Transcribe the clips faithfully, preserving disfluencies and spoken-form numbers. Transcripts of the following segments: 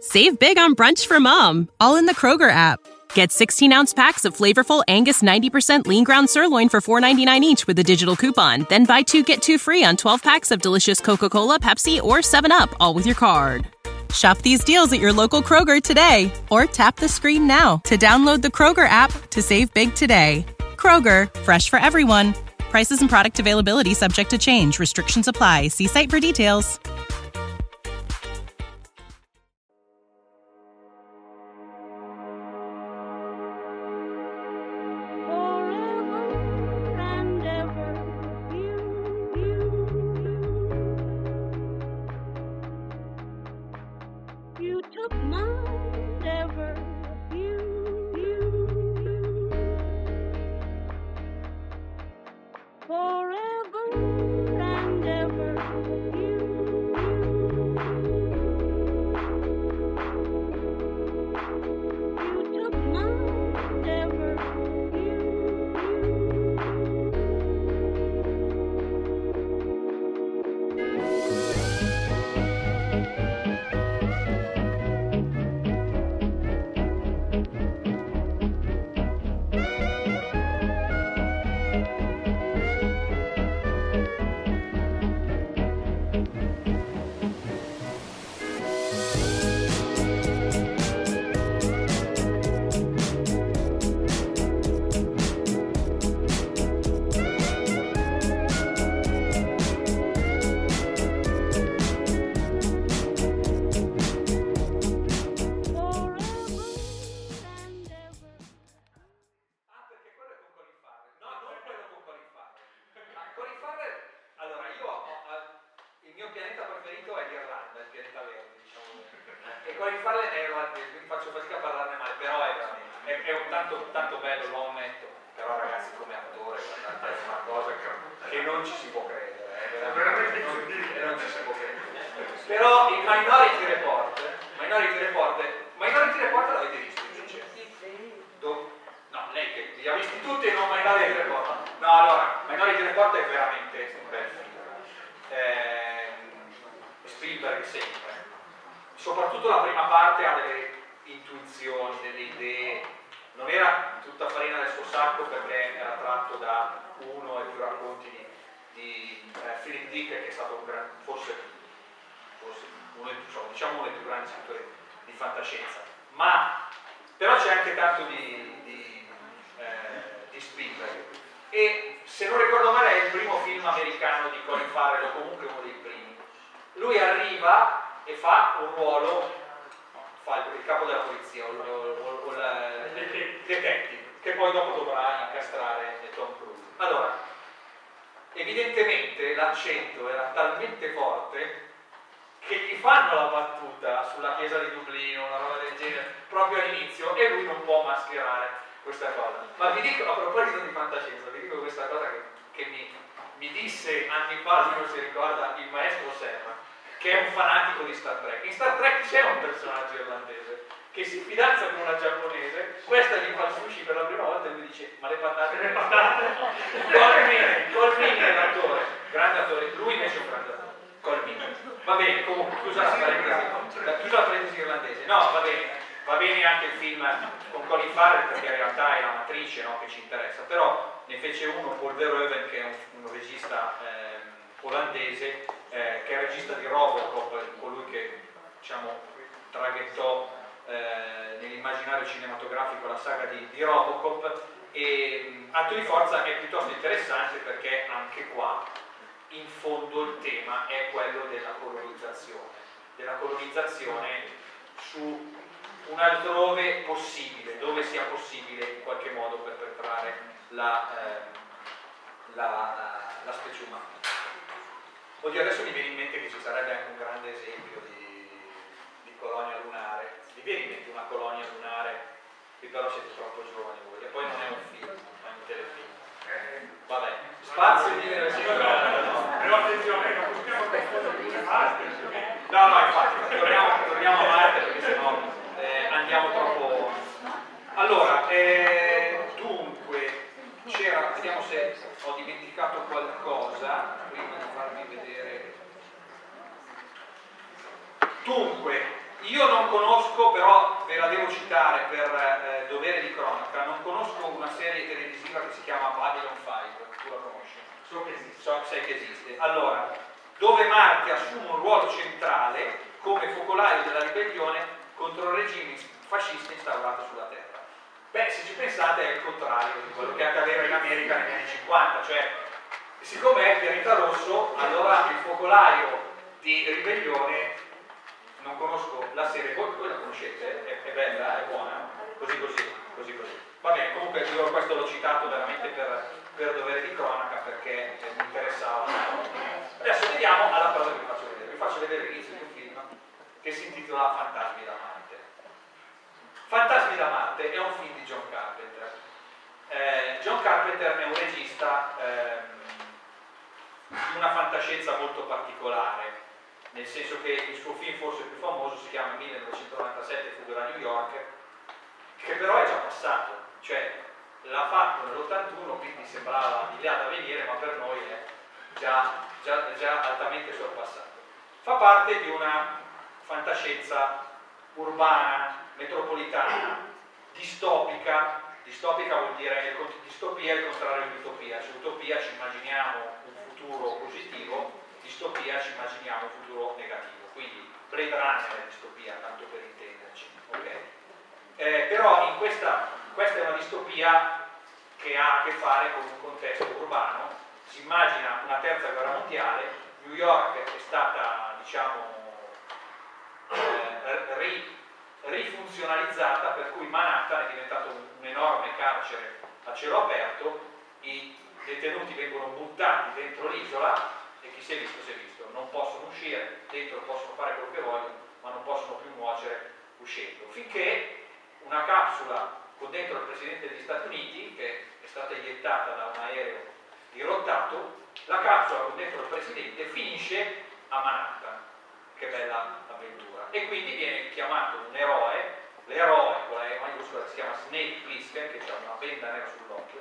Save big on brunch for mom, all in the Kroger app. Get sixteen-ounce packs of flavorful Angus ninety percent lean ground sirloin for four ninety-nine each with a digital coupon. Then buy two, get two free on twelve packs of delicious Coca-Cola, Pepsi, or seven up, all with your card. Shop these deals at your local Kroger today, or tap the screen now to download the Kroger app to save big today. Kroger, fresh for everyone. Prices and product availability subject to change. Restrictions apply. See site for details. Dunque, io non conosco, però ve la devo citare per eh, dovere di cronaca, non conosco una serie televisiva che si chiama Babylon cinque, tu la conosci? So che esiste. So, sai che esiste. Allora, dove Marte assume un ruolo centrale come focolaio della ribellione contro il regime fascista instaurato sulla Terra. Beh, se ci pensate è il contrario di quello che accadeva in America negli anni cinquanta, cioè siccome è pianeta rosso, allora il focolaio di ribellione, non conosco la serie, voi, voi la conoscete? È, è bella, è buona? Così così, così così. Va bene, comunque io questo l'ho citato veramente per, per dovere di cronaca perché eh, mi interessava. Adesso vediamo alla cosa che vi faccio vedere. Vi faccio vedere l'inizio di un film che si intitola Fantasmi da Marte. Fantasmi da Marte è un film di John Carpenter. Eh, John Carpenter è un regista ehm, di una fantascienza molto particolare, nel senso che il suo film forse più famoso si chiama millenovecentonovantasette Fuga da New York, che però è già passato, cioè l'ha fatto nell'ottantuno, quindi sembrava di là da venire, ma per noi è già, già, già altamente sorpassato. Fa parte di una fantascienza urbana, metropolitana, distopica. Distopica vuol dire, distopia è il contrario di utopia, cioè utopia ci immaginiamo un futuro positivo, distopia ci immaginiamo un futuro negativo, quindi Blade Runner è distopia, tanto per intenderci, okay? Eh, però in questa, questa è una distopia che ha a che fare con un contesto urbano, si immagina una terza guerra mondiale, New York è stata, diciamo, eh, ri, rifunzionalizzata, per cui Manhattan è diventato un, un enorme carcere a cielo aperto, i detenuti vengono buttati dentro l'isola e chi si è visto si è visto, non possono uscire, dentro possono fare quello che vogliono, ma non possono più nuocere uscendo, finché una capsula con dentro il Presidente degli Stati Uniti, che è stata iettata da un aereo dirottato, la capsula con dentro il Presidente finisce a Manhattan. Che bella avventura. E quindi viene chiamato un eroe, l'eroe con la E maiuscola si chiama Snake Plissken, che ha una benda nera sull'occhio.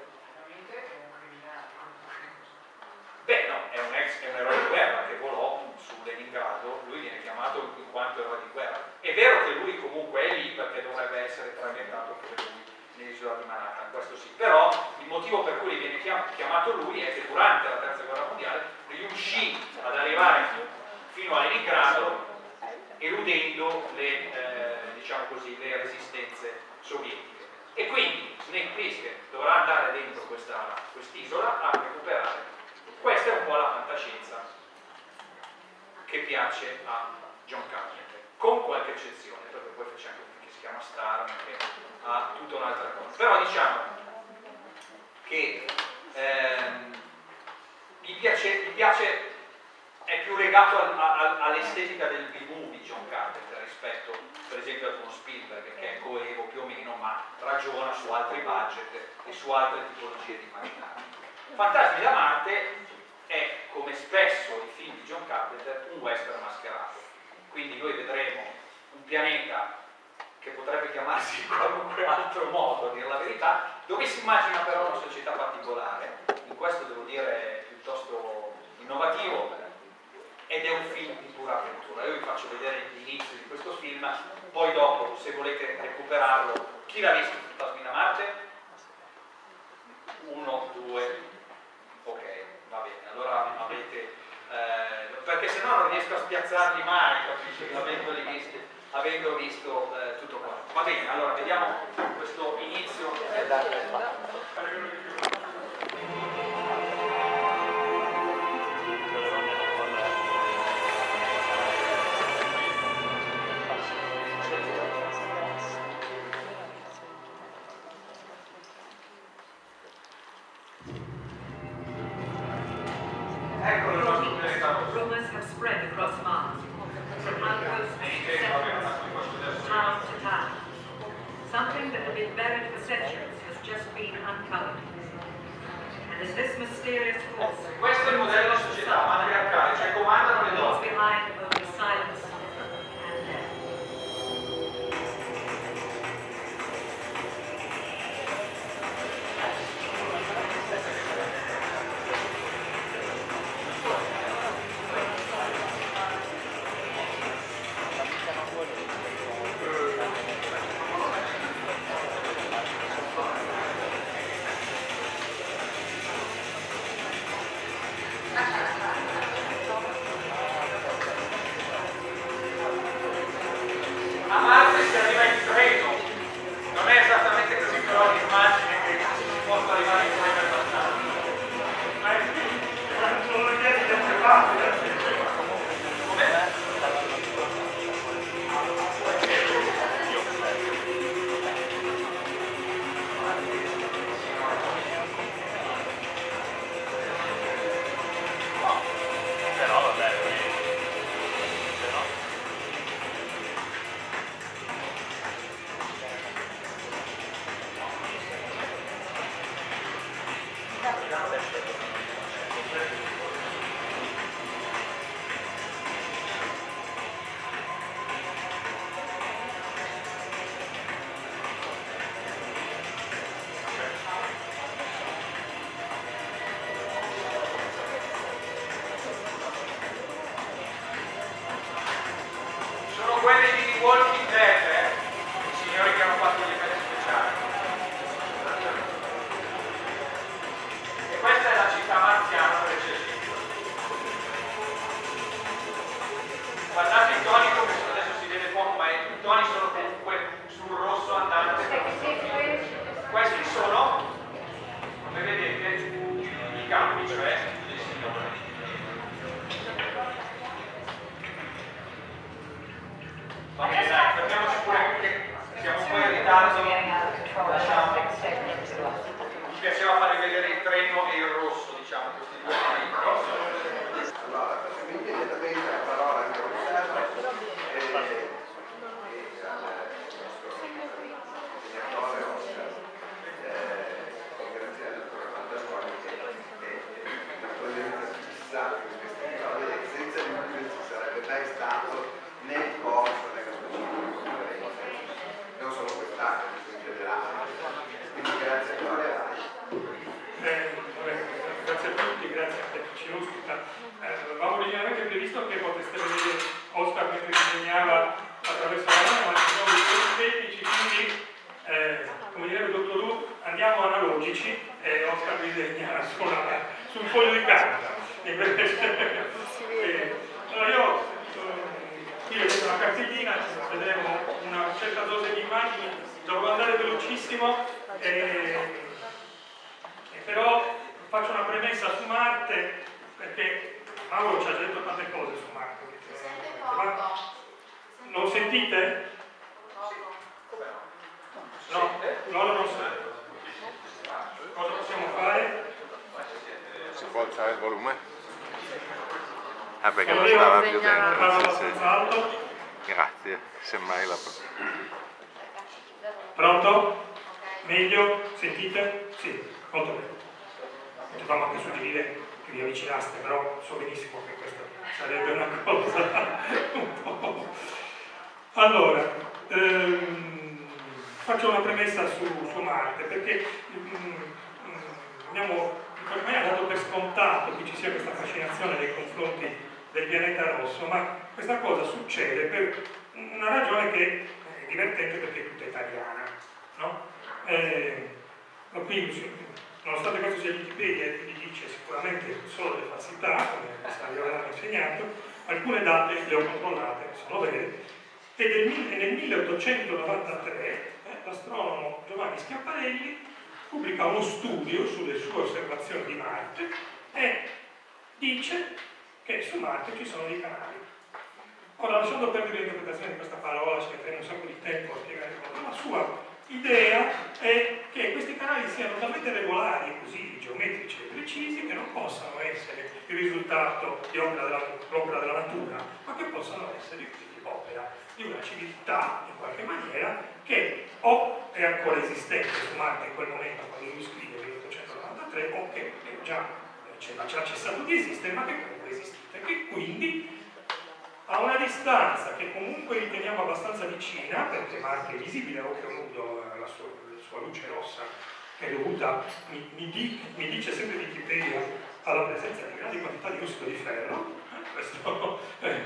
Beh no, è un ex, è un eroe di guerra che volò su Leningrado, lui viene chiamato in quanto eroe di guerra. È vero che lui comunque è lì perché dovrebbe essere traghettato per lui nell'isola di Manhattan, questo sì, però il motivo per cui viene chiamato lui è che durante la terza guerra mondiale riuscì ad arrivare fino a Leningrado eludendo le, eh, diciamo così, le resistenze sovietiche. E quindi Snake Plissken dovrà andare dentro questa quest'isola a recuperare. Questa è un po' la fantascienza che piace a John Carpenter, con qualche eccezione, perché poi c'è anche un film che si chiama Star, che ha tutta un'altra cosa. Però diciamo che ehm, mi piace, mi piace è più legato al, al, all'estetica del B-movie John Carpenter rispetto per esempio ad uno Spielberg che è coevo più o meno ma ragiona su altri budget e su altre tipologie di immaginari. Fantasmi da Marte è, come spesso i film di John Carpenter, un western mascherato, quindi noi vedremo un pianeta che potrebbe chiamarsi in qualunque altro modo, a dire la verità, dove si immagina però una società particolare, in questo devo dire piuttosto innovativo, ed è un film di pura avventura. Io vi faccio vedere l'inizio di questo film, poi dopo, se volete recuperarlo, chi l'ha visto Fantasmi da Marte? Uno, due, ok, va bene, allora avete, eh, perché se no non riesco a spiazzarli mai, capisci, avendoli visti, avendo visto eh, tutto qua. Va bene, allora vediamo questo inizio. Rumors have spread across Mars, from outposts to settlements, town to town. Something that had been buried for centuries has just been uncovered. And as this mysterious force Questo è il modello di società matriarcale, cioè comandano le leaves donne. behind only silence and death. A Marte si arriva in treno, non è esattamente così, però l'immagine che si possa arrivare in treno è abbastanza. Ma è qui, sono le chiedi che si fanno. Allora, ehm, faccio una premessa su, su Marte, perché mm, abbiamo in qualche maniera dato per scontato che ci sia questa fascinazione nei confronti del pianeta rosso, ma questa cosa succede per una ragione che è divertente perché è tutta italiana, no? Eh, qui, nonostante questo sia Wikipedia e quindi dice sicuramente solo delle falsità, come vi avevano insegnato, alcune date le ho controllate, sono vere. E nel milleottocentonovantatré eh, l'astronomo Giovanni Schiaparelli pubblica uno studio sulle sue osservazioni di Marte e dice che su Marte ci sono dei canali. Ora, lasciando perdere l'interpretazione di questa parola, ci metteremo un sacco di tempo a spiegare cosa, la sua idea è che questi canali siano talmente regolari e così geometrici e precisi che non possano essere il risultato di opera della, della natura, ma che possano essere opera di una civiltà in qualche maniera che o è ancora esistente su Marte in quel momento quando lui scrive nel milleottocentonovantatré o che già ha cessato di esistere ma che comunque esiste, che quindi a una distanza che comunque riteniamo abbastanza vicina, perché Marte è visibile a occhio nudo, la sua, la sua luce rossa che è dovuta, mi, mi, di, mi dice sempre Wikipedia, alla presenza di grandi quantità di ossido di ferro, eh, questo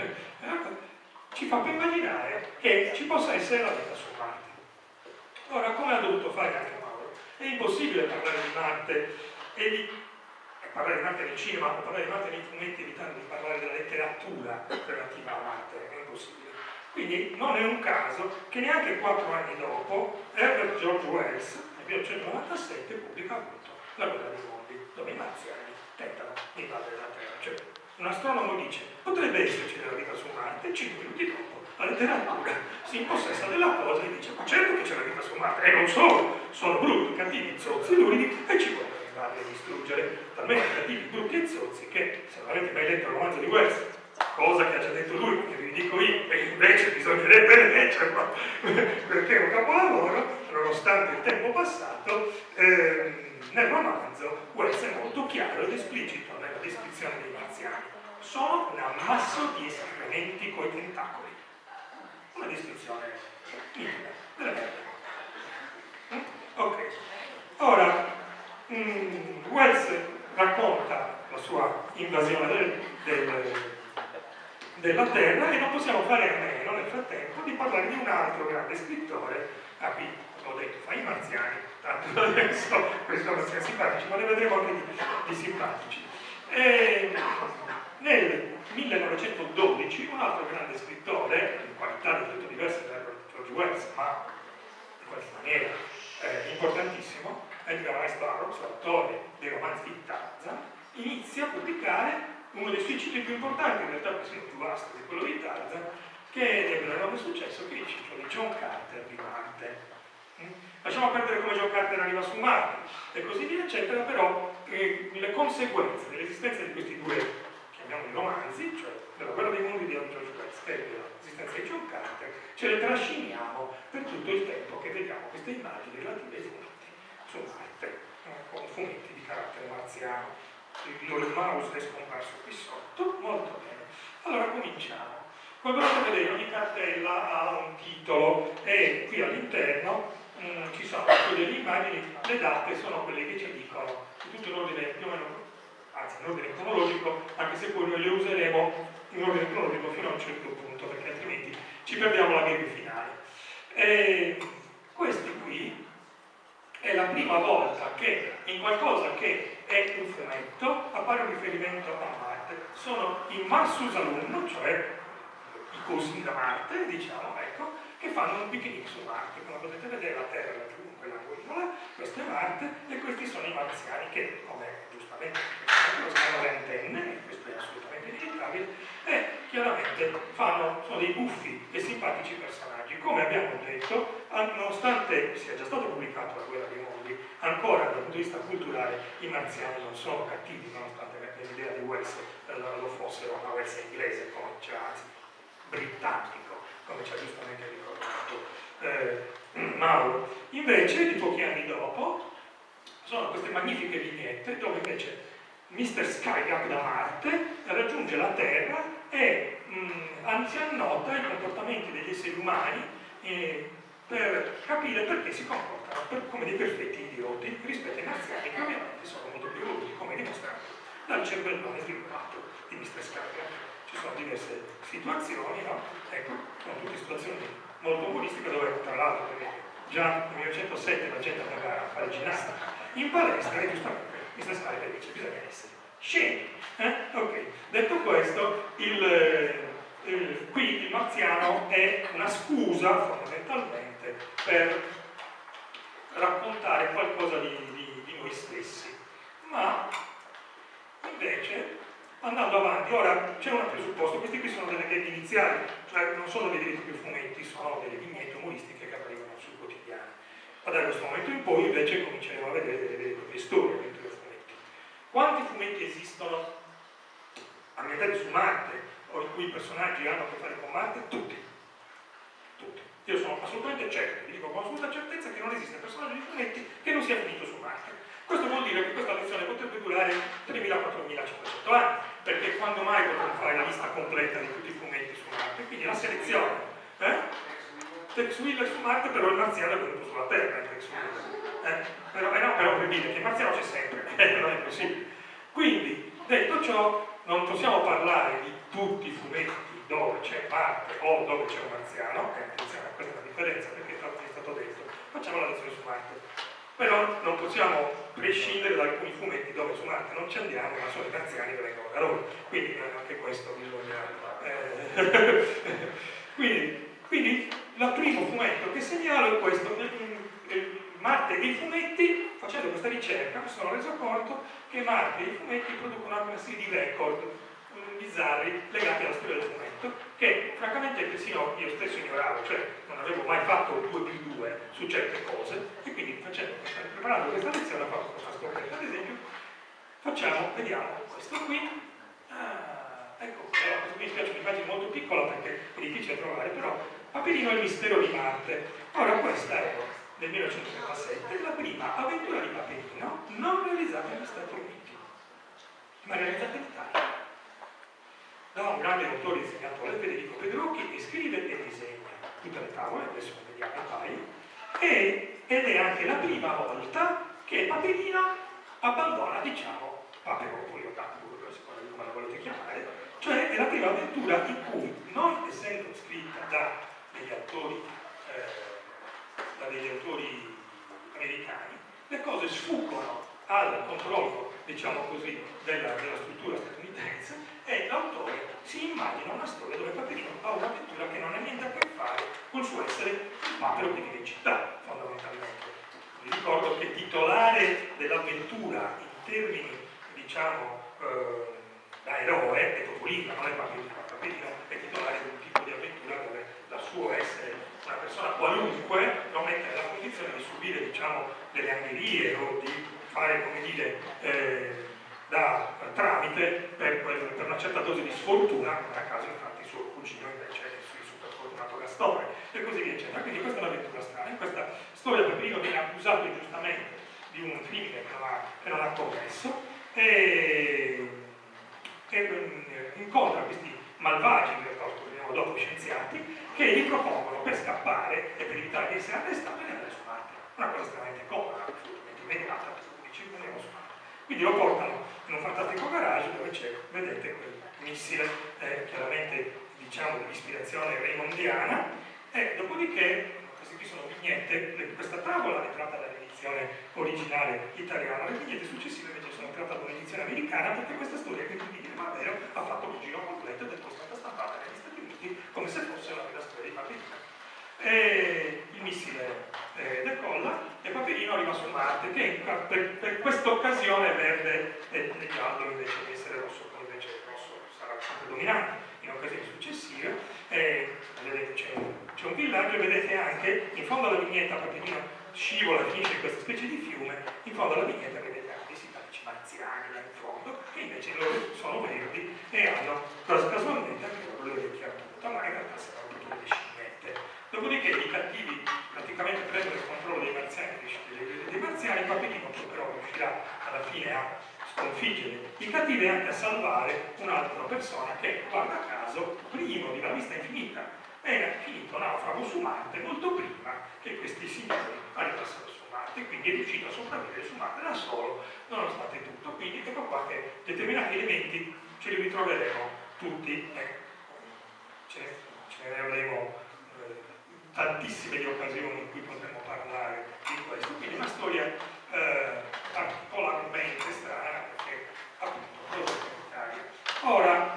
eh, ci fa per immaginare che ci possa essere la vita su Marte. Ora, come ha dovuto fare anche Mauro? È impossibile parlare di Marte e di parlare di Marte nel cinema o parlare di Marte nei fumetti evitando di parlare della letteratura relativa a Marte, è impossibile. Quindi non è un caso che neanche quattro anni dopo Herbert George Wells, nel millenovecentonovantasette, pubblica appunto La guerra dei mondi, dove i marziani tentano di invadere la Terra. Cioè, un astronomo dice, potrebbe esserci della vita su Marte, cinque minuti dopo la letteratura si impossessa della cosa e dice, ma certo che c'è la vita su Marte, e non solo, sono brutti, cattivi, zozzi, luridi, e ci vogliono invadere e distruggere, talmente cattivi, brutti e zozzi che, se non avete mai letto il romanzo di Wells, cosa che ha già detto lui, che vi dico io, e invece bisognerebbe leggerlo, perché è un capolavoro, nonostante il tempo passato, ehm, nel romanzo Wells è molto chiaro ed esplicito nella descrizione dei marziani. Sono un ammasso di escrementi coi tentacoli. Una descrizione nitida della merda. Mm? Ok. Ora, mm, Wells racconta la sua invasione del, del, della Terra e non possiamo fare a meno nel frattempo di parlare di un altro grande scrittore, a cui ho detto, fa i marziani, tanto adesso questi sono marziani simpatici, ma ne vedremo anche di, di simpatici. E nel millenovecentododici un altro grande scrittore, in qualità del tutto diversa da George Wells, ma in qualche maniera eh, importantissimo, Edgar Rice Burroughs, l'autore dei romanzi di Tarzan, inizia a pubblicare uno dei suoi cicli più importanti, in realtà persino più vasto di quello di Tarzan, che ebbe un enorme successo, che è il ciclo di John Carter di Marte. Lasciamo perdere come John Carter arriva su Marte e così via, eccetera, però eh, le conseguenze dell'esistenza di questi due, chiamiamoli romanzi, cioè della guerra dei mondi di George Wells e dell'esistenza di John Carter, ce le trasciniamo per tutto il tempo che vediamo queste immagini relative ai fumetti su Marte, eh, con fumetti di carattere marziano. Il loro mouse è scomparso qui sotto, molto bene. Allora cominciamo. Come potete vedere, ogni cartella ha un titolo e qui all'interno mh, ci sono delle immagini, le date sono quelle che ci dicono tutto in ordine più o meno, anzi in ordine cronologico, anche se poi noi le useremo in ordine cronologico fino a un certo punto, perché altrimenti ci perdiamo la gag finale. E questi qui è la prima volta che in qualcosa che è un fumetto appare un riferimento a Marte. Sono i Marsusalun, cioè i cosini da Marte, diciamo, ecco, che fanno un picnic su Marte. Come potete vedere la Terra è laggiù, quella angolinola, questo è Marte, e questi sono i marziani che, come giustamente lo chiamano le antenne, e questo è assolutamente inevitabile, e chiaramente fanno, sono dei buffi e simpatici personaggi. Come abbiamo detto, nonostante sia già stato pubblicato La guerra dei mondi, ancora dal punto di vista culturale i marziani non sono cattivi, nonostante l'idea di Wells lo fossero, ma Wells è inglese, come c'è, anzi britannico, come ci ha giustamente ricordato eh, Mauro. Invece, di pochi anni dopo, sono queste magnifiche vignette dove invece mister Skygap da Marte raggiunge la Terra e mh, si annota i comportamenti degli esseri umani eh, per capire perché si comportano per, come dei perfetti idioti rispetto ai marziani, che ovviamente sono molto più evoluti, come dimostrato dal cervellone sviluppato di mister Skygap. Ci sono diverse situazioni, no? Ecco, sono tutte situazioni molto umoristiche dove, tra l'altro, già nel millenovecentosette la gente andava a fare ginnastica in palestra e giustamente mister Skyler dice bisogna essere scemi. Eh? Ok, detto questo, il, il, qui il marziano è una scusa fondamentalmente per raccontare qualcosa di, di, di noi stessi, ma invece andando avanti, ora c'è un presupposto, questi qui sono delle gag iniziali, cioè non sono dei veri e propri fumetti, sono delle vignette umoristiche che arrivano sui quotidiani. Ma da questo momento in poi invece cominceremo a vedere delle vere e proprie storie dentro i fumetti. Quanti fumetti esistono ambientati su Marte o in cui i personaggi hanno a che fare con Marte? Tutti. Tutti. Io sono assolutamente certo, vi dico con assoluta certezza che non esiste personaggio di fumetti che non sia finito su Marte. Questo vuol dire che questa lezione potrebbe durare tremila quattromila cinquecento anni, perché quando mai potremo fare la lista completa di tutti i fumetti su Marte? Quindi la selezione. Eh? Tex Willer su Marte, però il marziano è venuto sulla Terra, Tex Willer. Eh? Però, eh no, però per dire che il marziano c'è sempre, eh, non è possibile. Quindi, detto ciò, non possiamo parlare di tutti i fumetti dove c'è Marte o dove c'è un marziano, e attenzione a questa è la differenza, perché è stato detto, facciamo la lezione su Marte. Però non possiamo prescindere da alcuni fumetti dove su Marte non ci andiamo, ma sono i marziani che vengono da noi. Quindi anche questo bisogna... Eh, Quindi, quindi il primo fumetto che segnalo è questo. Marte e i fumetti, facendo questa ricerca, mi sono reso conto che Marte e i fumetti producono anche una serie di record bizzarri legati alla storia del fumetto, che francamente persino io stesso ignoravo, cioè non avevo mai fatto due più due su certe cose, e quindi facendo, preparando questa lezione ho fatto questa scoperta. Ad esempio, facciamo, vediamo questo qui. Ah, ecco, questo qui mi spiace un'immagine molto piccola perché è difficile da trovare, però Paperino e il mistero di Marte. Ora questa è del millenovecentotrentasette, la prima avventura di Paperino non realizzata negli Stati Uniti, ma realizzata in Italia, da un grande autore insegnatore, Federico Pedrocchi, che scrive e disegna tutte le tavole, adesso vediamo un paio, e, ed è anche la prima volta che Paperino abbandona, diciamo, Paperopoli o Capuri, a seconda di come la volete chiamare, cioè è la prima avventura in cui, non essendo scritta da degli autori eh, da degli autori americani, le cose sfuggono al controllo, diciamo così, della, della struttura statunitense, e l'autore si immagina una storia dove Paperino ha un'avventura che non ha niente a che fare col suo essere il papero che vive in città, fondamentalmente. Vi ricordo che titolare dell'avventura in termini, diciamo, eh, da eroe è Topolino, non è Paperino. Paperino è titolare di un tipo di avventura dove dal suo essere una persona qualunque lo mette nella condizione di subire, diciamo, delle angherie o di fare, come dire, eh, da tramite per, per una certa dose di sfortuna, non a caso infatti suo cugino invece è il super fortunato Gastone, e così via eccetera. Quindi questa è un'avventura strana. In questa storia Paperino viene accusato ingiustamente di un crimine che non ha, che non ha commesso e, e um, incontra questi malvagi, in realtà vediamo dopo, scienziati, che gli propongono per scappare e per evitare di essere arrestato di andare su Marte. Una cosa estremamente comoda, assolutamente immediata, per cui ci andiamo su Marte. Quindi lo portano in un fantastico garage dove c'è, vedete, quel missile, eh, chiaramente, diciamo, di ispirazione raymondiana, e dopodiché, queste qui sono vignette, questa tavola è tratta dall'edizione originale italiana, le vignette successive invece sono tratte da un'edizione americana, perché questa storia, che incredibile ma vero, ha fatto un giro completo ed è stata stampata negli Stati Uniti come se fosse la vera storia di Paperino. E il missile eh, decolla e Paperino arriva su Marte, che per, per questa occasione è verde e giallo invece di essere rosso, come invece il rosso sarà sempre dominante in occasioni successive. E vedete c'è un, c'è un villaggio, e vedete anche in fondo alla vignetta Paperino scivola e finisce in questa specie di fiume. In fondo alla vignetta vedete anche i simpatici marziani là in fondo, che invece loro sono verdi e hanno casualmente anche loro le orecchie appunto, ma in realtà sono proprio delle scimmette. Dopodiché i cattivi praticamente prendono il controllo dei marziani, dei, dei marziani, Paperino però riuscirà alla fine a sconfiggere i cattivi e anche a salvare un'altra persona che, guarda caso, primo di una vista infinita, era finito naufrago su Marte molto prima che questi signori arrivassero su Marte, quindi è riuscito a sopravvivere su Marte da solo, nonostante tutto. Quindi ecco qua che determinati elementi ce li ritroveremo tutti, eh, ce, ne, ce ne avremo eh, tantissime di occasioni in cui potremo parlare di questo. Quindi una storia eh, particolarmente strana, perché appunto prodotta in Italia. Ora,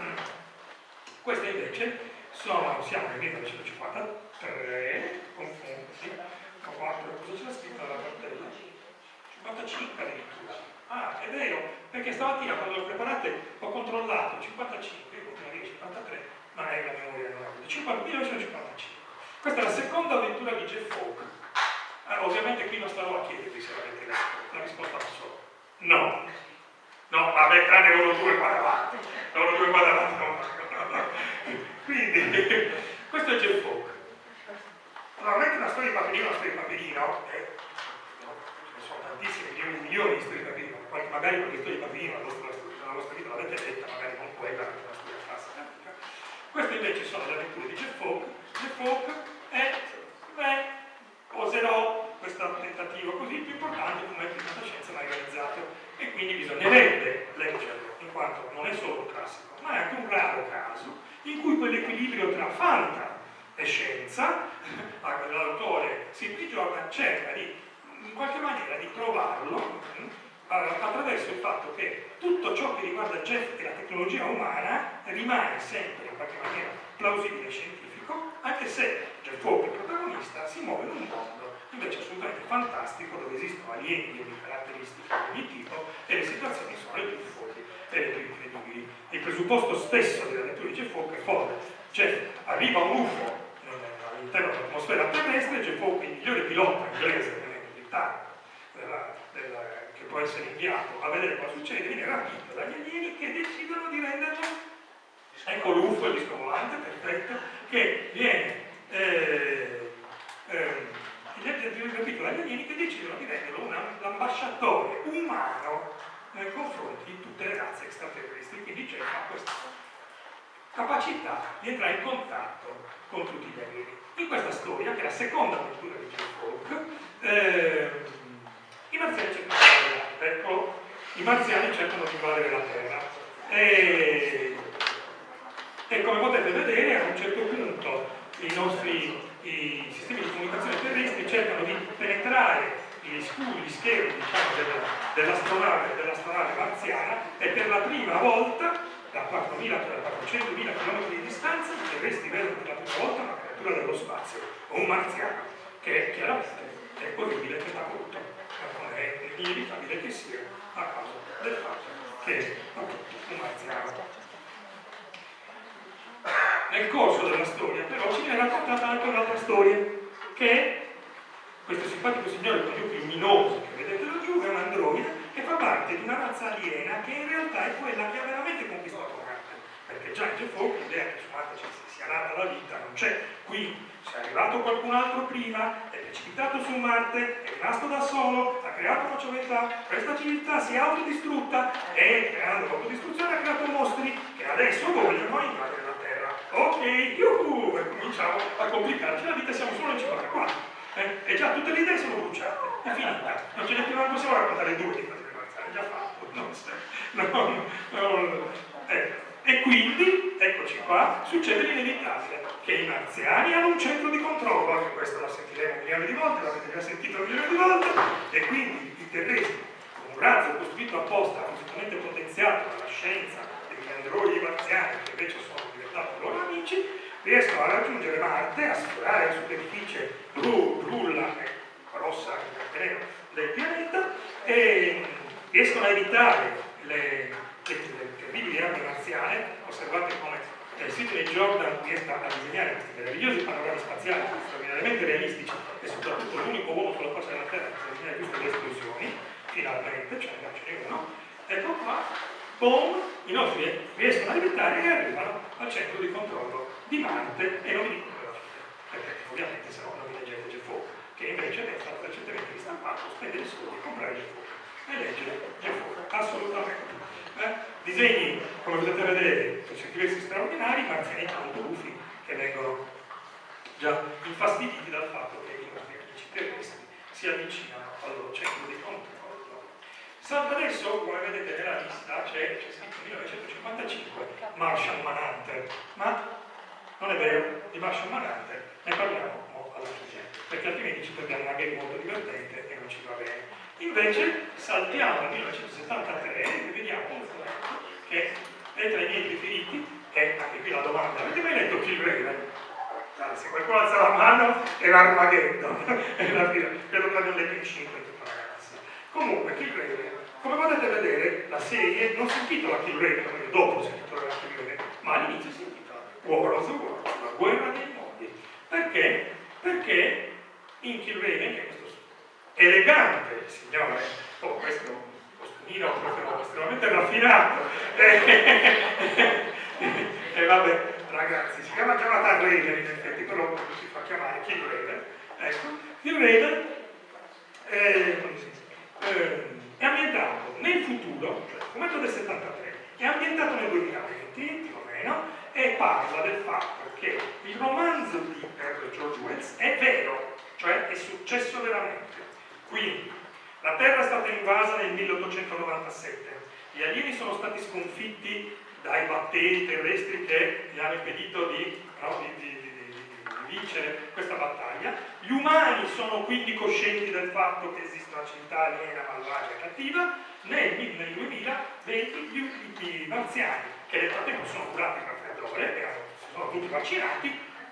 queste invece sono, siamo nel millenovecentocinquantatré, confonti, quattro, cosa c'era scritto alla cartella? cinquantacinque addirittura. Ah, è vero, perché stamattina quando l'ho preparate ho controllato cinquantacinque, io continuo a dire cinquantatré, ma è la memoria non è millenovecentocinquantacinque. Questa è la seconda avventura di Jeff Falk. Eh, ovviamente qui non starò a chiedervi se l'avete letto, la risposta non so. No. No, vabbè, tranne loro due qua davanti. Loro due qua davanti non no. Quindi, questo è Jeff Falk. Allora, non è che la storia di Paperino è una storia di Paperino, eh, no, ce ne sono tantissime, milioni e milioni di storie di Paperino, magari qualche storia di Paperino nella vostra vita l'avete letta, magari non quella, perché è una storia classica. Queste invece sono le avventure di Jeff Falk. Jeff Falk è, beh, oserò questo tentativo così, più importante come il fantascienza mai realizzato, e quindi bisognerebbe leggerlo, in quanto non è solo un classico, ma è anche un raro caso in cui quell'equilibrio tra fanta e scienza, l'autore C P Jordan cerca di, in qualche maniera, di trovarlo attraverso il fatto che tutto ciò che riguarda Jeff e la tecnologia umana rimane sempre in qualche maniera plausibile e scientifico, anche se Jeff Falk, il protagonista, si muove in un mondo invece assolutamente fantastico, dove esistono alieni di caratteristiche di ogni tipo e le situazioni sono le più folli e le più incredibili. Il presupposto stesso della lettura di Jeff Falk è folle, cioè arriva un U F O all'interno dell'atmosfera terrestre, Jeff Falk, il migliore pilota inglese britannico della, della, che può essere inviato a vedere cosa succede, viene rapito dagli alieni che decidono di renderlo, ecco l'U F O, il disco volante, perfetto, che viene eh, eh, viene rapito dagli alieni che decidono di renderlo un ambasciatore umano nei confronti di tutte le razze extraterrestri, quindi c'è questa capacità di entrare in contatto con tutti gli alieni. In questa storia, che è la seconda avventura di Jeff Falk, eh, i marziani cercano di invadere, ecco, i marziani cercano di invadere la Terra. E, e come potete vedere, a un certo punto i nostri i sistemi di comunicazione terrestri cercano di penetrare gli scudi, gli schermi, diciamo, dell'astronave, dell'astronave marziana, e per la prima volta, da quattrocentomila chilometri di distanza, i terrestri vedono per la prima volta una creatura dello spazio, un marziano, che chiaramente è orribile che sta brutto, ma è inevitabile che sia a causa del fatto che è appunto un marziano. Nel corso della storia però ci viene raccontata anche un'altra storia, che è questo simpatico signore con gli occhi luminosi che vedete laggiù, è un androide che fa parte di una razza aliena che in realtà è quella che ha veramente conquistato Marte, perché già in Jeff Falk l'idea che su Marte ci sia nata la vita non c'è. Qui è arrivato qualcun altro prima, è precipitato su Marte, è rimasto da solo, ha creato una civiltà, questa civiltà si è autodistrutta e creando l'autodistruzione ha creato mostri che adesso vogliono invadere la Terra. Ok, yuhu, e cominciamo a complicarci la vita, siamo solo nel cinquantaquattro. Eh? E già tutte le idee sono bruciate, è finita, non ce ne più, non possiamo raccontare due di cose marziane, è già fatto, non, non, non, ecco. E quindi, eccoci qua, succede l'inevitabile, che i marziani hanno un centro di controllo, anche questo lo sentiremo un milione di volte, l'avete già sentito un milione di volte, e quindi i terrestri, con un razzo costruito apposta, completamente potenziato dalla scienza degli androidi marziani, che invece sono diventati loro amici, riescono a raggiungere Marte, a sfiorare la superficie blu, brulla e rossa del pianeta, e riescono a evitare le, le, le terribili armi marziane. Osservate come eh, Sidney Jordan riesca a disegnare questi meravigliosi panorami spaziali straordinariamente realistici, e soprattutto l'unico uomo sulla faccia della Terra che sa disegnare giusto le esplosioni, finalmente, cioè non ce n'è uno. Ecco qua, boom, i nostri riescono a evitare e arrivano al centro di controllo di Marte, e non vi dico dove la fine, perché ovviamente se no non vi leggete Jeff Falk, che invece è stato recentemente ristampato, spendere i soldi e comprare Jeff Falk e leggere Jeff Falk, assolutamente. Eh? Disegni, come potete vedere, per certi versi straordinari, marzianetti molto buffi che vengono già infastiditi dal fatto che i nostri amici terrestri si avvicinano al loro centro di controllo. Salvo adesso, come vedete nella lista, c'è scritto millenovecentocinquantacinque Martian Manhunter, ma non è vero, di Martian Manhunter ne parliamo mo alla fine, perché altrimenti ci perdiamo una game molto divertente e non ci va bene. Invece saltiamo al millenovecentosettantatré e vediamo un fumetto che è tra i miei preferiti, e anche qui la domanda: avete mai letto Killraven? Se qualcuno alza la mano è l'Armageddon, credo che l'abbiamo letto in cinque in tutta la galassia. Comunque, Killraven, come potete vedere, la serie non si intitola Killraven, come dopo si intitolerà Killraven, ma all'inizio si intitola War of the Worlds, la guerra dei mondi. Perché? Perché in Killraven, che è questo elegante signore, oh, questo è un costumino proprio estremamente raffinato, e, e vabbè, ragazzi, si chiama Jonathan Raven in effetti, però si fa chiamare Killraven. Ecco, Killraven è, è, è ambientato nel futuro, cioè il fumetto del settantatré, è ambientato nel duemilaventi più o meno, e parla del fatto che il romanzo di George Wells è vero, cioè è successo veramente. Quindi, la Terra è stata invasa nel milleottocentonovantasette, gli alieni sono stati sconfitti dai batteri terrestri che gli hanno impedito di, no, di, di, di, di vincere questa battaglia. Gli umani sono quindi coscienti del fatto che esiste una civiltà aliena, malvagia e cattiva. Nel, nel duemilaventi gli, gli marziani, che nel frattempo sono curati per raffreddore e si sono tutti vaccinati,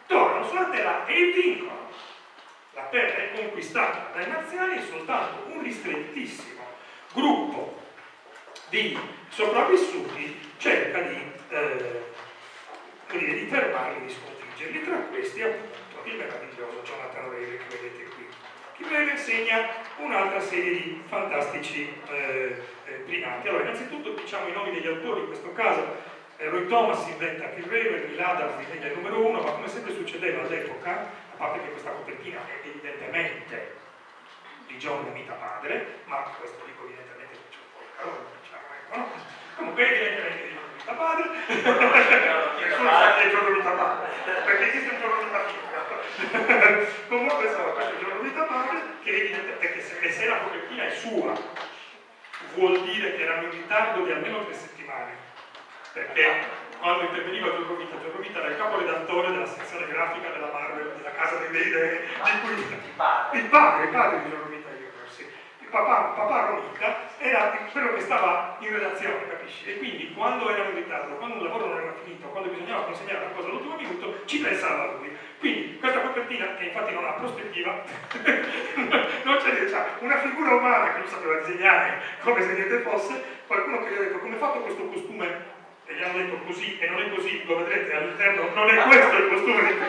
tornano sulla Terra e vincono. La Terra è conquistata dai marziani e soltanto un ristrettissimo gruppo di sopravvissuti cerca di, eh, di fermarli, di sconfiggerli. Tra questi appunto il meraviglioso Jonathan Rayleigh che vedete qui. Che Rayleigh segna un'altra serie di fantastici eh, eh, primati. Allora, innanzitutto diciamo i nomi degli autori, in questo caso eh, Roy Thomas inventa Kill Rayleigh, Neil Adams disegna il numero uno, ma come sempre succedeva all'epoca, a parte che questa copertina è evidentemente di John Romita padre, ma questo dico evidentemente che c'è un po' il calore, diciamo, ecco, no? Comunque evidentemente di John Romita padre, nessuno sa che è John Romita padre, perché esiste un John Romita figlio. Comunque insomma, questo è John Romita padre, che evidentemente, che se, se la copertina è sua, vuol dire che erano in ritardo di almeno tre settimane, perché quando interveniva John Romita, John Romita era il capo redattore della sezione grafica della Marvel, della casa delle idee, di cui il padre, il padre, il padre di John Romita Junior, sì. Il papà, papà Romita era quello che stava in redazione, capisci? E quindi quando erano in ritardo, quando un lavoro non era finito, quando bisognava consegnare una cosa all'ultimo minuto, ci pensava lui. Quindi questa copertina, che infatti non ha prospettiva, non c'è, cioè, una figura umana che non sapeva disegnare come se niente fosse, qualcuno che gli ha detto come è fatto questo costume, e gli hanno detto così, e non è così, lo vedrete all'interno, non è questo il costume di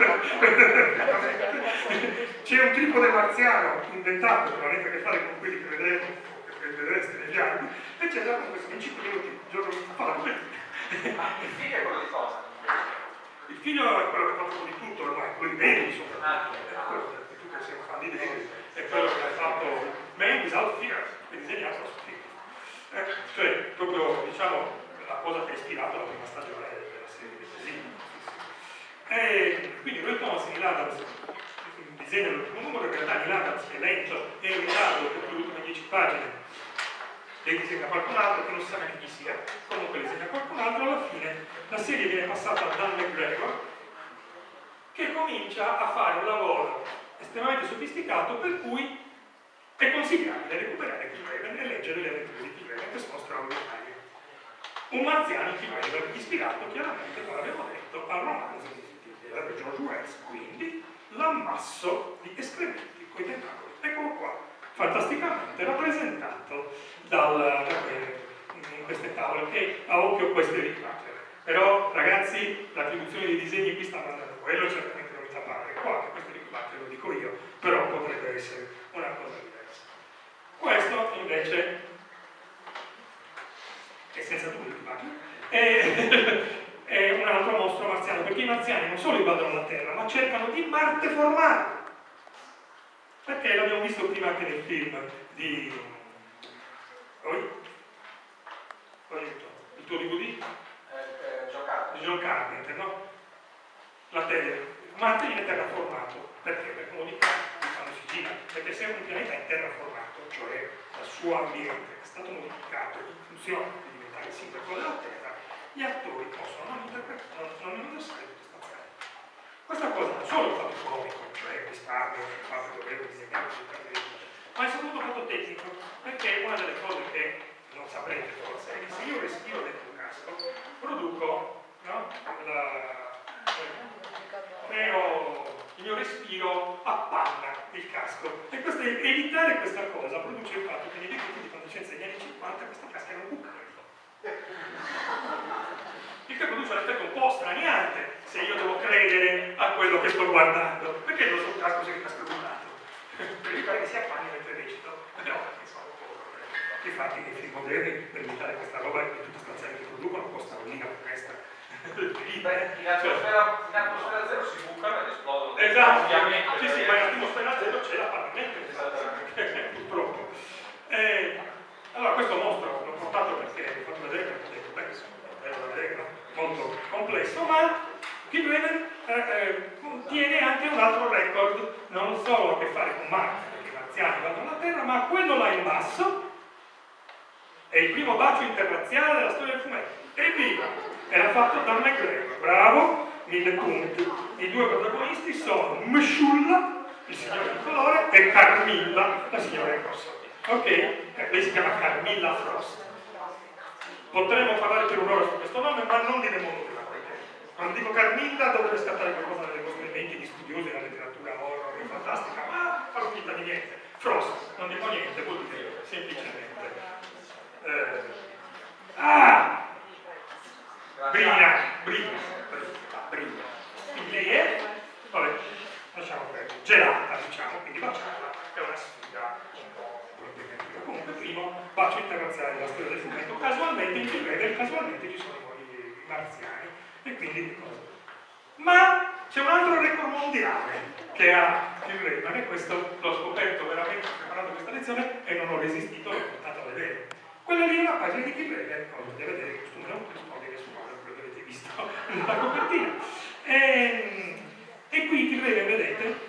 c'è un tripode marziano inventato, che non ha niente a che fare con quelli che vedremo, che vedrete negli anni, e c'è già con questo in cinque minuti, il giorno di fa la copertina. Ma il figlio è quello di cosa? Il figlio è quello che fa un po' di tutto ormai, quello di Davis, soprattutto, è quello che tu che sei un fan di Davis, è quello che ha fatto Man Without Fear, che disegna la sua figlia. Eh, cioè, proprio, diciamo, la cosa che ha ispirato la prima stagione della serie di Pesini. E quindi Roy Thomas e Neil Adams disegnano il primo numero, in realtà Neil Adams è lento e in ritardo per le ultime dieci pagine le disegna qualcun altro che non si sa neanche chi sia, comunque le disegna qualcun altro, alla fine la serie viene passata a Dan McGregor che comincia a fare un lavoro estremamente sofisticato per cui è consigliabile recuperare Kill Raven e leggere le avventure di Kill Raven che sono straordinarie. Un marziano in Kill Raven ispirato chiaramente, come abbiamo detto, al romanzo di George Wells, quindi l'ammasso di escrementi coi tentacoli. Eccolo qua, fantasticamente rappresentato dal, da que, in queste tavole, che a occhio questo è Rick Butler. Però ragazzi, l'attribuzione dei disegni qui stanno andando, quello certamente non mi fa pare, qua che questo è Rick Butler, lo dico io, però potrebbe essere una cosa diversa. Questo invece è senza dubbio Rick Butler, è, è un altro mostro marziano, perché i marziani non solo invadono la Terra, ma cercano di Marte formare. Perché l'abbiamo visto prima anche nel film di Oi? Il tuo D V D? Eh, eh, John Carpenter. Di John Carpenter, no? La Terra. Marte viene terraformato. Perché? Per comodità quando si gira. Perché se un pianeta è terraformato, cioè dal suo ambiente, è stato modificato in funzione di diventare simile a quello della Terra, gli attori possono non interpretare, non indossare tutte queste cose. Questa cosa non solo è un fatto economico, cioè risparmio, il fatto che dovrebbe disegnare, ma è soprattutto un fatto tecnico, perché una delle cose che non saprete forse è che se io respiro dentro un casco, produco, no? La, creo, il mio respiro appanna il casco. E questo, evitare questa cosa produce il fatto che nei decreti di fantascienza degli anni cinquanta questi caschi erano bucati. Il che produce un effetto un po' straniante se io devo credere a quello che sto guardando, perché non so un casco se il casco è bucato. Per evitare che si appanni mentre recito, no, insomma, infatti nei film moderni per evitare questa roba e tutte queste azioni che producono costano lì la finestra. Beh, in atmosfera, in atmosfera zero si bucano ed esplodono. Esatto, ovviamente. sì, sì, ma in atmosfera zero c'è l'appannamento, purtroppo. Eh, allora questo mostro l'ho portato perché l'ho fatto vedere perché ho detto, beh, bello da vedere, no? Molto complesso, ma Kill Raven eh, eh, contiene anche un altro record, non solo a che fare con Marte, perché i marziani vanno alla Terra, ma quello là in basso è il primo bacio interrazziale della storia del fumetto. Evviva! Era fatto da McGregor, bravo, mille punti. I due protagonisti sono Meshulla, il signore di colore, e Carmilla, la signora in rosso. Ok? Eh, lei si chiama Carmilla Frost. Potremmo parlare per un'ora su questo nome, ma non diremo nulla. Quando dico Carmilla dovrebbe scattare qualcosa nelle vostre menti di studiosi della letteratura horror e fantastica, ma farò finta di niente. Frost, non dico niente, vuol dire semplicemente. Eh, ah! Brina, Brina, Brina. Quindi lei è, vabbè, lasciamo perdere, gelata, diciamo, quindi baciarla è una sfida un po' propriamente. Comunque, primo bacio interrazziale della storia del fumetto, casualmente in T-Reader, casualmente ci sono i, i marziani, e quindi cosa? Ma c'è un altro record mondiale che ha T-Reader, e questo l'ho scoperto veramente preparando questa lezione e non ho resistito, l'ho portato a vedere. Quella lì è una pagina di T-Reader, come potete vedere il costume non corrisponde su quello che avete visto nella copertina. E, e qui T-Reader, vedete,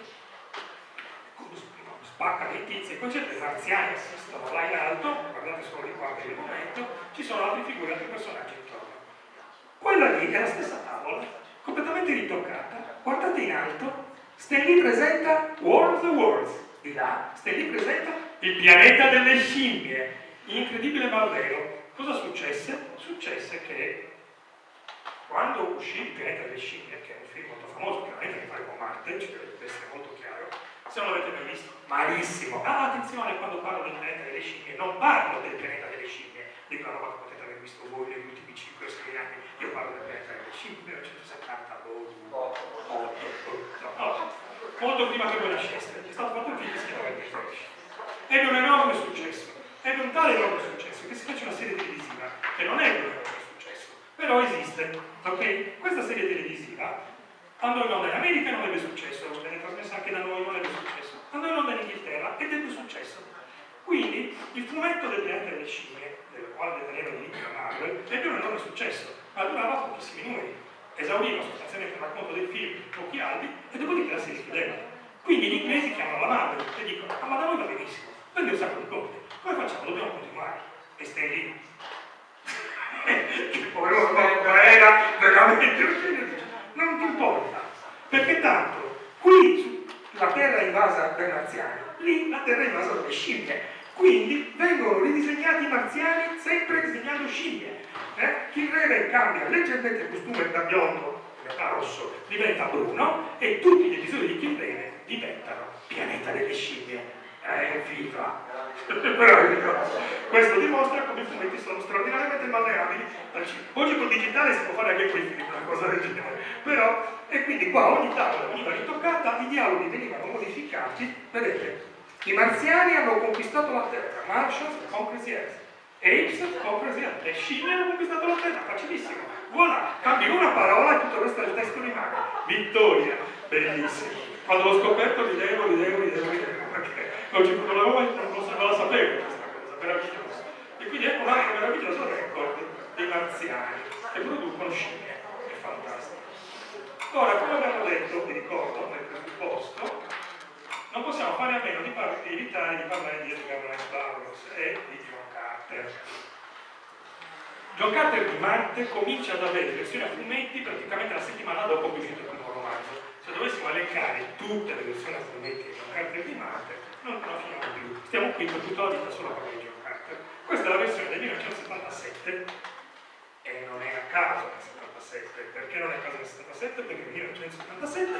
spacca dei tizi e concetto, i marziani assistono là in alto, guardate solo di qua per il momento, ci sono altre figure, altri personaggi intorno. Quella lì è la stessa tavola, completamente ritoccata, guardate in alto, Stan Lee presenta War of the Worlds, di là, Stan Lee presenta il pianeta delle scimmie, incredibile ma vero. Cosa successe? Successe che quando uscì il pianeta delle scimmie, che è un film molto famoso, chiaramente che fa con Marte, ci deve essere molto chiaro, se non l'avete mai visto, malissimo. Ah, attenzione, quando parlo del pianeta delle scimmie, non parlo del pianeta delle scimmie, di quella roba che potete aver visto voi negli ultimi cinque o sei anni, io parlo del pianeta delle scimmie, millenovecentosettanta, otto, no, no, molto prima che voi nasceste, è stato fatto un film che si chiama The Flash. Ebbe un enorme successo, ebbe un tale enorme successo che si fece una serie televisiva, che non è un enorme successo, però esiste, ok? Questa serie televisiva andò in onda in America e non ebbe successo, venne trasmessa anche da noi, non ebbe successo, andò in onda in Inghilterra ed ebbe successo. Quindi il fumetto del pianeta delle scimmie, del quale deteneva il libro Marvel, ebbe un enorme successo, ma durava pochissimi numeri, esauriva sostanzialmente il racconto del film in pochi albi e dopodiché la serie chiudeva. Quindi gli inglesi chiamano la Marvel e dicono: ah, ma da noi va benissimo, vende un sacco di copie, come facciamo? Dobbiamo continuare. E stai lì. Che povero uomo era veramente un genio. Non ti importa, perché tanto qui la terra è invasa dai marziani, lì la terra è invasa dalle scimmie, quindi vengono ridisegnati i marziani sempre disegnando scimmie. Eh? T-Reader cambia leggermente il costume da biondo, metà rosso, diventa bruno e tutti gli episodi di T-Reader diventano pianeta delle scimmie. Eh, viva! Però questo dimostra come i fumetti sono straordinariamente malleabili al cinema. Oggi col digitale si può fare anche quei film, una cosa del genere. Però, e quindi qua ogni tavola veniva ritoccata, i dialoghi venivano modificati. Vedete, i marziani hanno conquistato la Terra, Martians conquer the Earth, Apes conquer the Earth, le scimmie hanno conquistato la Terra, facilissimo. Voilà, cambi una parola e tutto il resto del testo rimane. Vittoria, bellissimo. Quando l'ho scoperto ridevo, ridevo, ridevo, ridevo, perché non, ci, non, l'avevo, non, non la sapevo questa cosa, meravigliosa. E quindi ecco un altro meraviglioso record dei marziani che producono scimmie, è fantastico. Ora, come abbiamo detto, vi ricordo, nel presupposto, non possiamo fare a meno di, par- di evitare di parlare di Edgar Rice Burroughs e di John Carter. John Carter di Marte comincia ad avere versioni a fumetti praticamente la settimana dopo che è uscito il primo romanzo. Se dovessimo elencare tutte le versioni a fumetti di John Carter di Marte, non la finiamo più. Stiamo qui per tutta la vita solo a parlare di John Carter. Questa è la versione del millenovecentosettantasette e non è a caso nel settantasette. Perché non è a caso nel settantasette? Perché nel millenovecentosettantasette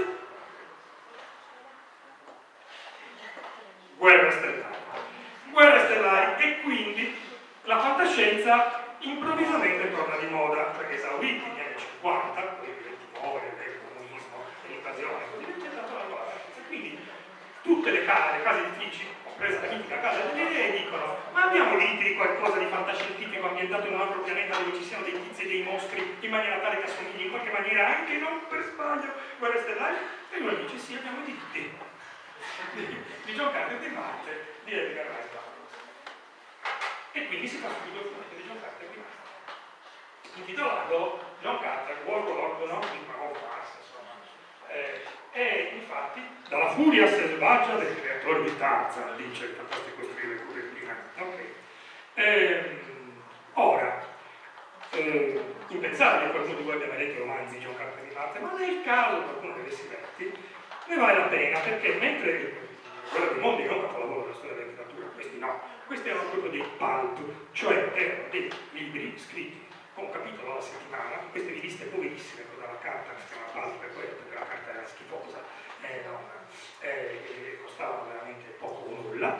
guerre stellari. Guerre stellari e quindi la fantascienza improvvisamente torna di moda, perché esauriti negli anni cinquanta, quelli del ventinove, del comunismo, dell'invasione, così via, c'è stata la fantascienza. Quindi tutte le case, le case editrici, compresa la mitica casa delle idee, dicono: ma abbiamo diritto di qualcosa di fantascientifico ambientato in un altro pianeta dove ci siano dei tizi e dei mostri in maniera tale che assomigli in qualche maniera anche non per sbaglio guerre stellari? E lui dice: sì, abbiamo i diritti di, di John Carter di Marte, di Edgar Rice Burroughs. E quindi si fa subito il fumetto di John Carter di Marte, intitolato John Carter, Warlord, no? In Power Pass, insomma. Eh, e infatti, dalla furia selvaggia del creatore di Tarzan, dice il fantastico stile copertina. Okay. Ehm, ora, eh, impensabile che qualcuno di voi abbia mai letto i romanzi di John Carter di Marte, ma nel caso qualcuno li avessi letti, ne vale la pena, perché mentre quello di Mondi è un capolavoro della storia della letteratura, questi no, questi erano proprio dei pulp, cioè erano dei libri scritti con un capitolo alla settimana, queste riviste poverissime con la carta, si chiama Pulp per quello, perché la carta era schifosa, eh, non, eh, costavano veramente poco o nulla,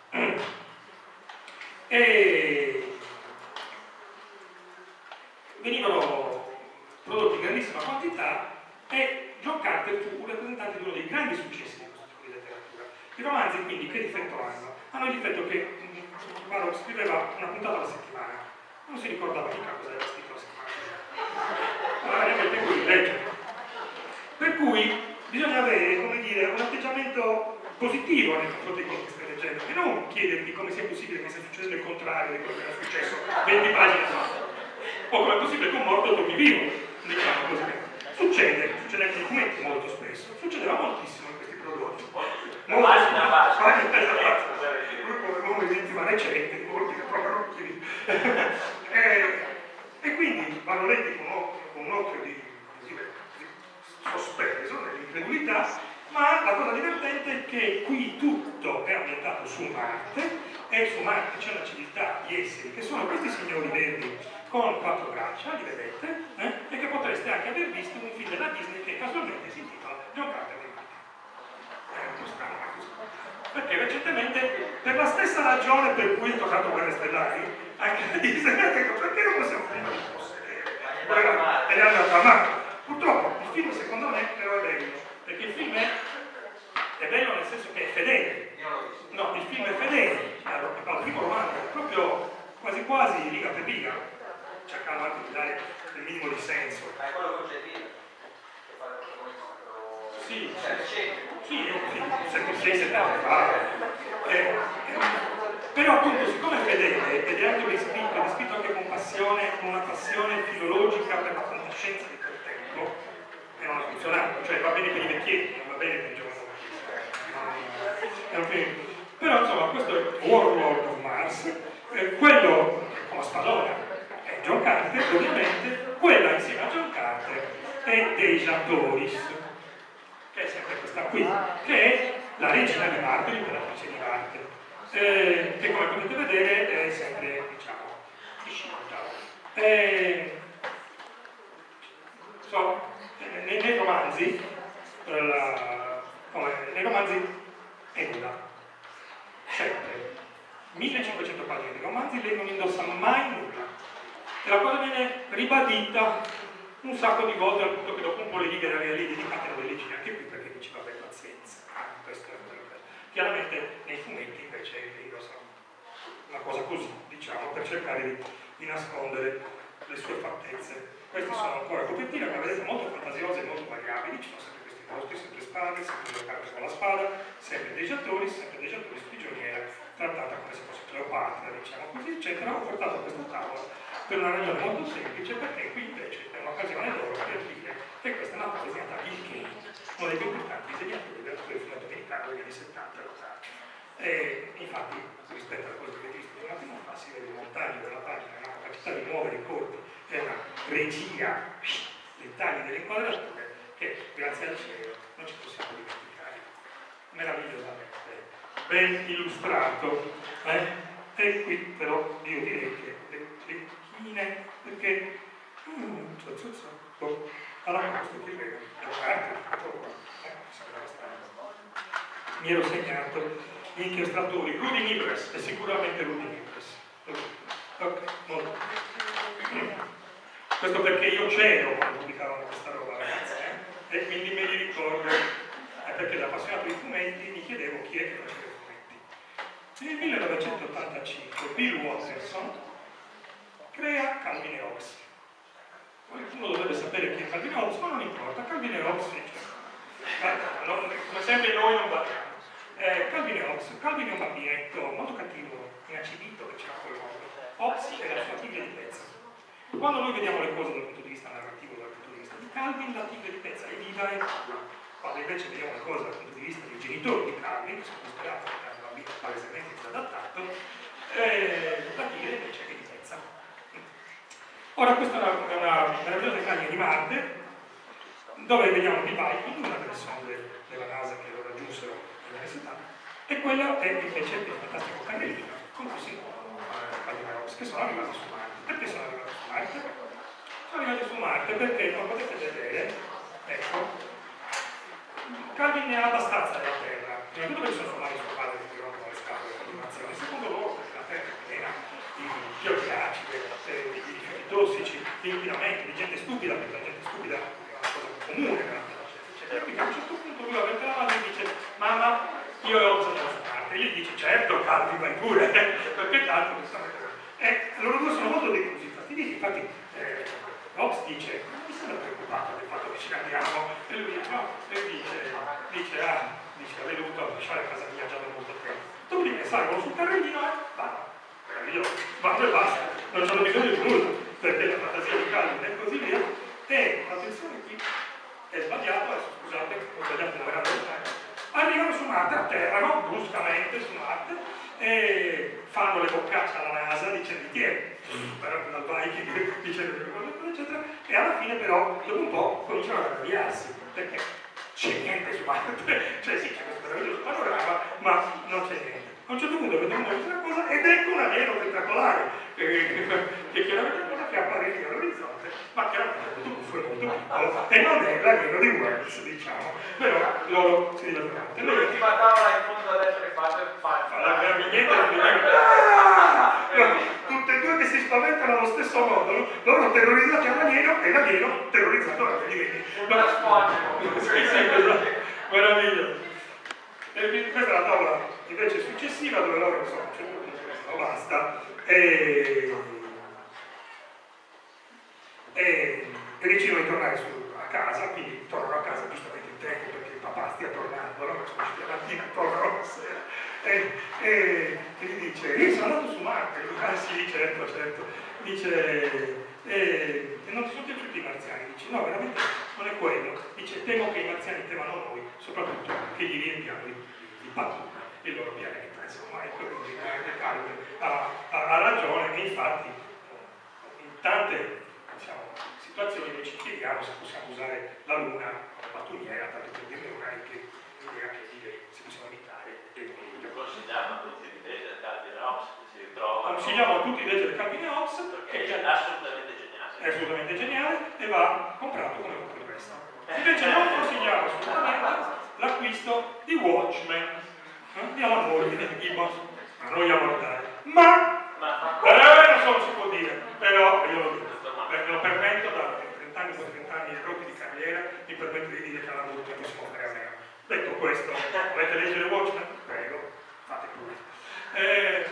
e venivano prodotti in grandissima quantità e John Carter fu un rappresentante di uno dei grandi successi di questo tipo di letteratura. I romanzi quindi che difetto hanno? Hanno il difetto che Barrow scriveva una puntata alla settimana, non si ricordava mica cosa era scritto la settimana, allora ne avete qui leggere. Per cui bisogna avere, come dire, un atteggiamento positivo nei confronti di quello che stai leggendo e non chiederti come sia possibile che sia successo il contrario di quello che era successo venti pagine fa. O come è possibile che un morto torni vivo, diciamo così. Succede, succede nei fumetti molto spesso, succedeva moltissimo in questi prodotti. Molto Pagina, pagina. Movimenti ma recenti, molti che provano qui. e, e quindi vanno letti con un occhio, con un occhio di, di, di sospeso, nell'incredulità, ma la cosa divertente è che qui tutto è ambientato su Marte e su Marte c'è una civiltà di esseri che sono questi signori verdi con quattro braccia, li vedete, eh? E che potreste anche aver visto in un film della Disney che casualmente si intitola John Carter di Marte. È un po' strano, ma così. Perché recentemente, per la stessa ragione per cui è toccato Guerre Stellari, anche la Disney ha detto perché non possiamo prima di possedere? E le hanno dato a Marte. Purtroppo il film secondo me però è bello, perché il film è, è bello nel senso che è fedele. No, il film è fedele al primo romanzo, è proprio quasi quasi riga per riga. Cercando anche di dare il minimo di senso. Ma è quello con Gedino che fa il protagonista? Sì, Cioè, recente. sì, sì, sei sette anni fa. Eh, eh, però appunto, siccome è fedele ed è anche ben scritto, ed è scritto anche con passione, con una passione filologica per la conoscenza di quel tempo, e non ha funzionato, cioè va bene per i vecchietti, non va bene per i giovani. Però insomma, questo è Warlord of Mars, eh, quello con la spadona. John Carter, ovviamente, quella insieme a John Carter è Deja Doris, che è sempre questa qui, che è la regina di Marte, l'imperatrice di Marte, eh, che come potete vedere è sempre, diciamo, discinta. Eh, so, nei, nei romanzi, la, come, nei romanzi è nuda, sempre. millecinquecento pagine di romanzi, lei non indossa mai nulla. E la cosa viene ribadita un sacco di volte al punto che dopo un po' le righe le dedicate non le leggi neanche più perché dici vabbè pazienza. Ah, questo è chiaramente nei fumetti invece indossa una cosa così, diciamo, per cercare di, di nascondere le sue fattezze. Questi sono ancora copertine, come vedete, molto fantasiose e molto variabili, ci sono sempre questi mostri, sempre spade, sempre giocate con la spada, sempre dei giatori, sempre dei giatori prigioniera, trattata come se fosse Cleopatra, diciamo così, eccetera. Ho portato questa tavola per una ragione molto semplice, perché qui invece è un'occasione d'oro per dire che questa è una cosa disegnata da Gil Kane, uno dei più importanti disegnatori del fumetto americano degli anni settanta e ottanta. E infatti, rispetto alla cosa che avete visto un attimo fa, si vede il montaggio della pagina, una capacità di muovere i corpi, è una regia dei tagli delle inquadrature che, grazie al cielo, non ci possiamo dimenticare. Meravigliosamente ben illustrato. Eh? E qui però io direi che le clecchine, perché mm, so, so, so, alla posto che vedo la parte tutto qua, eh, sembrava strano. Mi ero segnato gli inchiostratori Rudy Nibres, è sicuramente Rudy Nibres. Ok, molto bene. Questo perché io c'ero quando pubblicavano questa roba, ragazzi, eh? E quindi me li ricordo, eh, perché da appassionato di fumetti mi chiedevo chi è che faceva i fumetti. Nel millenovecentottantacinque Bill Watterson crea Calvin e Hobbes. Qualcuno dovrebbe sapere chi è Calvin e Hobbes, ma non importa, Calvin e Hobbes, cioè, no, come sempre noi non badiamo. Eh, Calvin e Hobbes, Calvin è un bambinetto molto cattivo, inacidito che c'era quel mondo. Hobbes è la sua tigre di pezza. Quando noi vediamo le cose dal punto di vista narrativo, dal punto di vista di Calvin, la tigre di pezza è viva e parla. Quando invece vediamo le cose dal punto di vista dei genitori di Calvin, che sono disperati perché hanno un bambino palesemente disadattato, eh, la tigre invece è di pezza. Ora questa è una, è una meravigliosa immagine di Marte, dove vediamo i Viking, una delle sonde della NASA che lo raggiunsero negli anni settanta, e quello è invece il fantastico carrellino con cui si muovono eh, che sono arrivati su Marte. Perché sono arrivati su Marte? sono arrivati su Marte perché, come potete vedere, ecco, Calvin ne ha abbastanza della Terra. Prima di tutto perché sono formati suo padre che rompono le scatole di continuazione, secondo loro perché la Terra è piena di chiodi acide, di rifiuti tossici, di inquinamenti, di gente stupida, perché la gente stupida è una cosa comune nella eccetera. Quindi a un certo punto lui va verso la madre e dice: mamma, io ho bisogno di Marte. E gli dice: certo, Calvin, vai pure, perché tanto mi sta mettendo. E loro due sono molto delusi, fastiditi, infatti eh, Hobbes dice: non mi sembra preoccupato del fatto che ci andiamo. E lui dice: no, e dice, dice, ah, dice, avrei dovuto lasciare casa mia già da molto tempo. Dopodiché salgono sul terrenino e vanno. Meraviglioso, vanno e basta, non hanno bisogno di nulla, perché la fantasia di Calvin e così via. E attenzione qui, è sbagliato, adesso scusate, ho sbagliato il grande tempo. Arrivano su Marte, atterrano bruscamente su Marte e fanno le boccacce alla NASA dicendo tieni, dal Viking dicendo eccetera, e alla fine però dopo un po' cominciano ad arrabbiarsi perché c'è niente su Marte, cioè sì c'è questo meraviglioso panorama ma non c'è niente. A un certo punto vedono questa cosa ed ecco un alieno tentacolare eh, che chiaramente è una cosa che appare lì all'orizzonte ma chiaramente è molto buffo e molto piccolo e non è l'alieno di Wells, diciamo, però loro si divertono. L'ultima tavola in fondo a destra che fate fa la niente tutte e due che si spaventano allo stesso modo, loro terrorizzati all'alieno e l'alieno terrorizzato dall'alieno. una sponge. Sì, sì, esatto. Meraviglioso. E questa è la tavola invece successiva dove loro insomma a un certo punto basta e, e, e decidono di tornare su, a casa, quindi tornano a casa giustamente in tempo perché il papà stia tornando, no? Sono usciti la mattina, tornano la sera e, e, e gli dice io sono andato su Marte, e lui, ah sì certo certo, dice e, e non ti sono piaciuti i marziani? Dice no veramente non è quello, dice temo che i marziani temano noi, soprattutto che gli riempiamo di, di battute il loro pianeta, insomma, ecco quindi Calvin ha, ha, ha ragione e infatti in tante diciamo, situazioni noi ci chiediamo se possiamo usare la Luna come battuniera, tanto per dirne una e che l'idea che direi se possiamo evitare è meglio. Consigliamo tutti di leggere Calvin e Hobbes che si ritrovano. Consigliamo tutti di leggere Calvin e Hobbes perché è assolutamente geniale. È assolutamente geniale e va comprato come tutto il resto. Invece non consigliamo assolutamente l'acquisto di Watchmen. di Alan Moore, di Gibbons, ma non gli mortali. Ma, ma eh, non so come si può dire, però io lo dico, perché lo permetto da trenta anni o trenta anni rotti di carriera, mi permetto di dire che Alan Moore non si può fare a meno. Detto questo, volete leggere Watchmen? Prego, fate pure. Eh,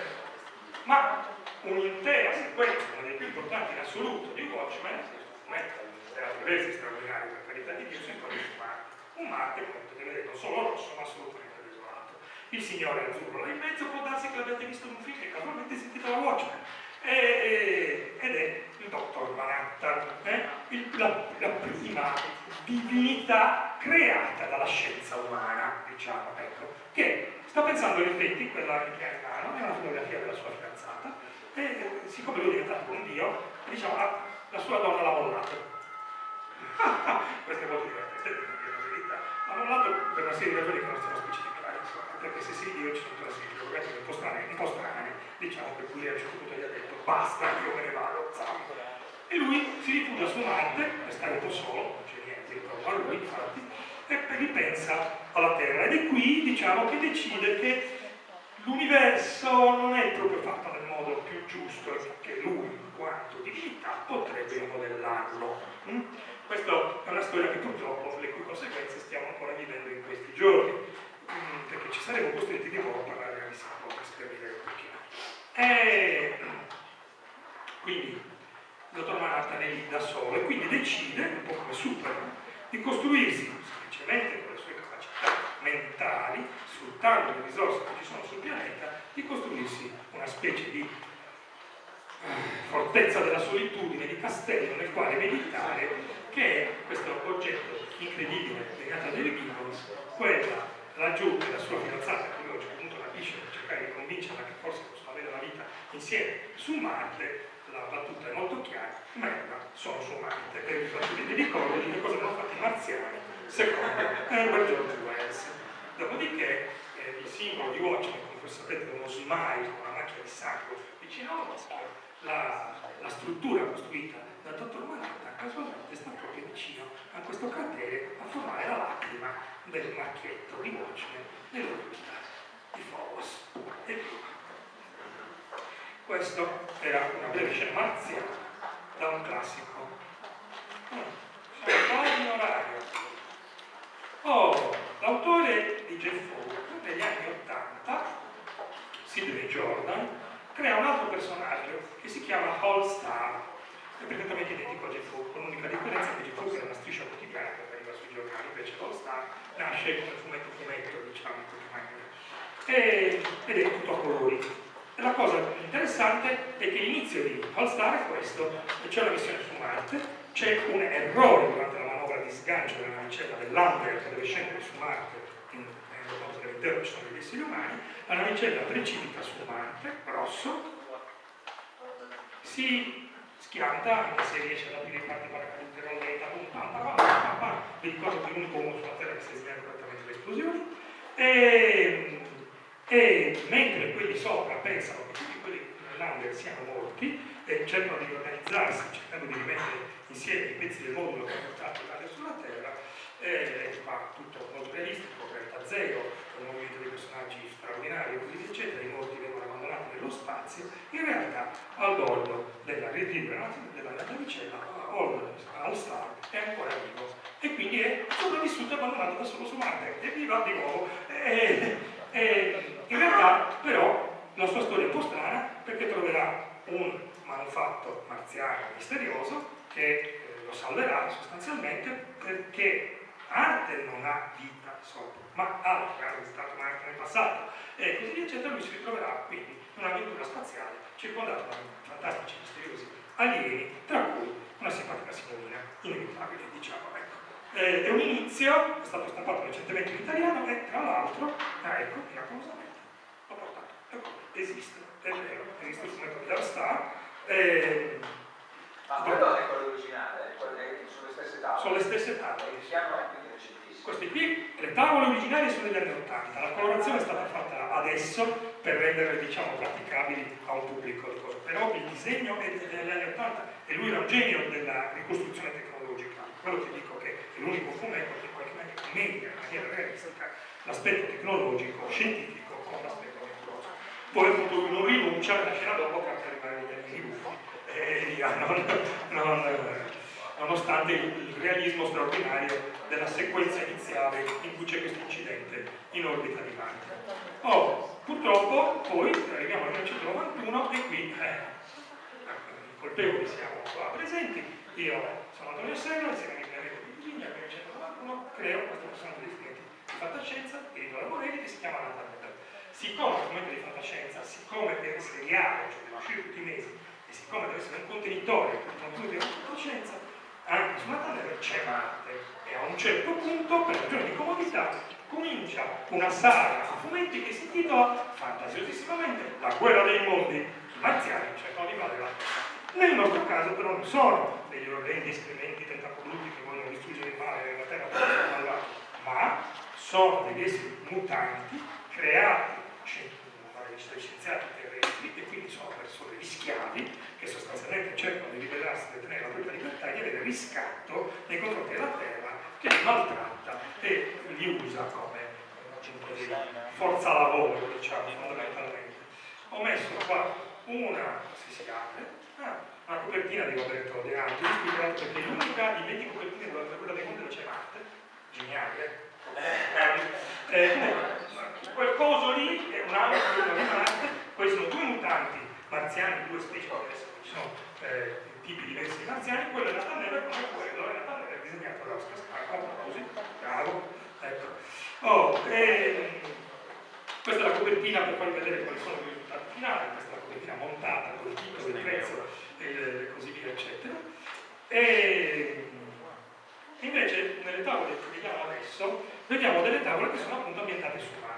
ma un'intera sequenza, una delle più importanti in assoluto di Watchmen, questo fumetto per altri versi straordinari, per carità di Dio, si incontra su Marte. Un Marte, come potete vedere, non solo rosso, ma assolutamente desolato. Il signore azzurro là in mezzo può darsi che l'abbiate visto in un film che casualmente si intitola Watchmen. E, e, ed è il dottor Manhattan, eh? il, la, la prima divinità creata dalla scienza umana, diciamo, ecco, che sta pensando in effetti, quella che ha in mano, è una fotografia della sua fidanzata, e siccome lui è diventato un dio, diciamo, la sua donna l'ha mollato. Questo è molto divertente, è la verità. Ha mollato per una serie di ragioni che non stiamo specificare, perché se si dio ci sono tutta una serie di argomenti un po' strani, un po' strani, diciamo, per cui a un certo punto gli ha detto basta, io me ne vado, zampo. E lui si rifugia su Marte, per stare un po' solo, non c'è niente intorno a lui, infatti, e ripensa alla Terra. Ed è qui, diciamo, che decide che l'universo non è proprio fatto nel modo più giusto e che lui, in quanto divinità, potrebbe modellarlo. Mm? Questa è una storia che purtroppo, le cui conseguenze stiamo ancora vivendo in questi giorni, mm, perché ci saremo costretti di nuovo a parlare di Sandbox per vedere un pochino. E quindi il dottor Manhattan è lì da solo e quindi decide, un po' come Superman, di costruirsi semplicemente con le sue capacità mentali, sfruttando le risorse che ci sono sul pianeta, di costruirsi una specie di fortezza della solitudine, di castello nel quale meditare, che è questo oggetto incredibile legato a David Gibbons, quella laggiù della sua fidanzata, che lui a un certo punto capisce per cercare di convincerla che forse possono avere la vita insieme su Marte. La battuta è molto chiara, merda, sono su Marte, e vi faccio dei ricordi di che cosa hanno fatto i marziani, secondo Herbert George Wells. Dopodiché eh, il simbolo di Watchmen con sapete, uno smile, una macchia di sangue vicino all'occhio, la, la struttura costruita dal dottor Manhattan casualmente sta proprio vicino a questo cratere a formare la lacrima del macchietto di Watchmen nell'orbita di Phobos e Luna. Questo era una breve scena marziana da un classico. Mm, siamo quasi in orario. Oh, l'autore di Jeff Fogg negli anni ottanta, Sidney Jordan, crea un altro personaggio che si chiama All Star, è perfettamente identico a Jeff Fogg, con l'unica differenza che Jeff Fogg era una striscia quotidiana che arriva sui giornali, invece All Star nasce come fumetto fumetto, diciamo, in qualche maniera. E, ed è tutto a colori. E la cosa interessante è che l'inizio di All Star è questo: c'è una missione su Marte, c'è un errore durante la manovra di sgancio della navicella dell'Under che deve scendere su Marte, tenendo conto che all'interno ci sono degli esseri umani, la navicella precipita su Marte, rosso, si schianta, anche se riesce ad aprire i parti paracadute rolletta, pum pam pam pam pam, vi ricordo che l'unico uomo sulla Terra che si sveglia correttamente le esplosioni, e, e mentre quelli sopra pensano che tutti quelli nell'Under siano morti e cercano di organizzarsi, cercando di rimettere insieme i pezzi del modulo che ha portato l'Under sulla Terra, eh, ma tutto molto realistico, Delta Zero, un movimento di personaggi straordinari, così via, eccetera, i morti vengono abbandonati nello spazio, in realtà al bordo della della navicella All Star è ancora vivo e quindi è sopravvissuto e abbandonato da solo su Marte, e viva di nuovo. E, e, in realtà però la sua storia è un po' strana, perché troverà un manufatto marziano misterioso che eh, lo salverà sostanzialmente, perché Marte non ha vita sopra, ma altri hanno visitato Marte nel passato e così via, eccetera. Lui si ritroverà quindi in un'avventura spaziale circondato da fantastici misteriosi alieni, tra cui una simpatica signorina inevitabile, diciamo, ecco. Eh, è un inizio, è stato stampato recentemente in italiano e tra l'altro, ah, ecco, miracolosamente l'ho portato, ecco, esiste, è vero, esiste il fumetto di All Star. Eh, Ma quello è quello originale, quello è sulle stesse tavole. Sono le stesse tavole. Che hanno quindi recentissimo. Queste qui, le tavole originarie sono degli anni ottanta, la colorazione è stata fatta adesso per renderle, diciamo, praticabili a un pubblico, però il disegno è degli anni ottanta e lui era un genio della ricostruzione tecnologica. Quello che dico che è l'unico fumetto che in qualche maniera media, in maniera realistica, l'aspetto tecnologico, scientifico con l'aspetto avventuroso. Poi appunto lui non rinuncia alla scena dopo per arrivare agli anni buffi e via, non, non, nonostante il realismo straordinario della sequenza iniziale in cui c'è questo incidente in orbita di Marte. Oh, purtroppo poi arriviamo al millenovecentonovantuno e qui eh, i colpevoli siamo qua presenti. Io sono Antonio Serra, insieme a Michele di Vigna, nel millenovecentonovantuno creo questo personaggio di fumetti di fantascienza di Nicola Morelli che si chiama Nathaniel. Siccome il fumetto di fantascienza, siccome è seriale, cioè deve uscire tutti i mesi, e siccome deve essere un contenitore per il contenuto di fantascienza, anche su Nathaniel c'è Marte. E a un certo punto, per ragioni di comodità, comincia una saga a fumetti che si intitola fantasiosissimamente La guerra dei mondi. I marziani cercano di invadere la Terra. Nel nostro caso però non sono degli orrendi escrementi tentacoluti che vogliono distruggere il mare della Terra per essere malvati, ma sono degli esseri mutanti creati dagli scienziati terrestri e quindi sono persone, gli schiavi, che sostanzialmente cercano di liberarsi, di ottenere la propria libertà e di avere riscatto nei confronti della Terra, che li maltratta e li usa come appunto, forza lavoro, diciamo, fondamentalmente. Ho messo qua una, se si apre, ah, una copertina di Roberto De Angelis, perché è l'unica, i venti copertine della quella dei mondi dove c'è Marte, geniale, eh? Eh, quel coso lì è un altro, quello di Marte, poi sono due mutanti marziani, due specie diverse, ci sono eh, tipi diversi di marziani, quello è Nathaniel come quello, è Nathaniel disegnato da Oscar Scarpa, così, bravo, ecco. Oh, e, questa è la copertina per farvi vedere quali sono i risultati finali, questa è la copertina montata con il titolo, il prezzo e così via, eccetera. E invece nelle tavole che vediamo adesso, vediamo delle tavole che sono appunto ambientate su Marte.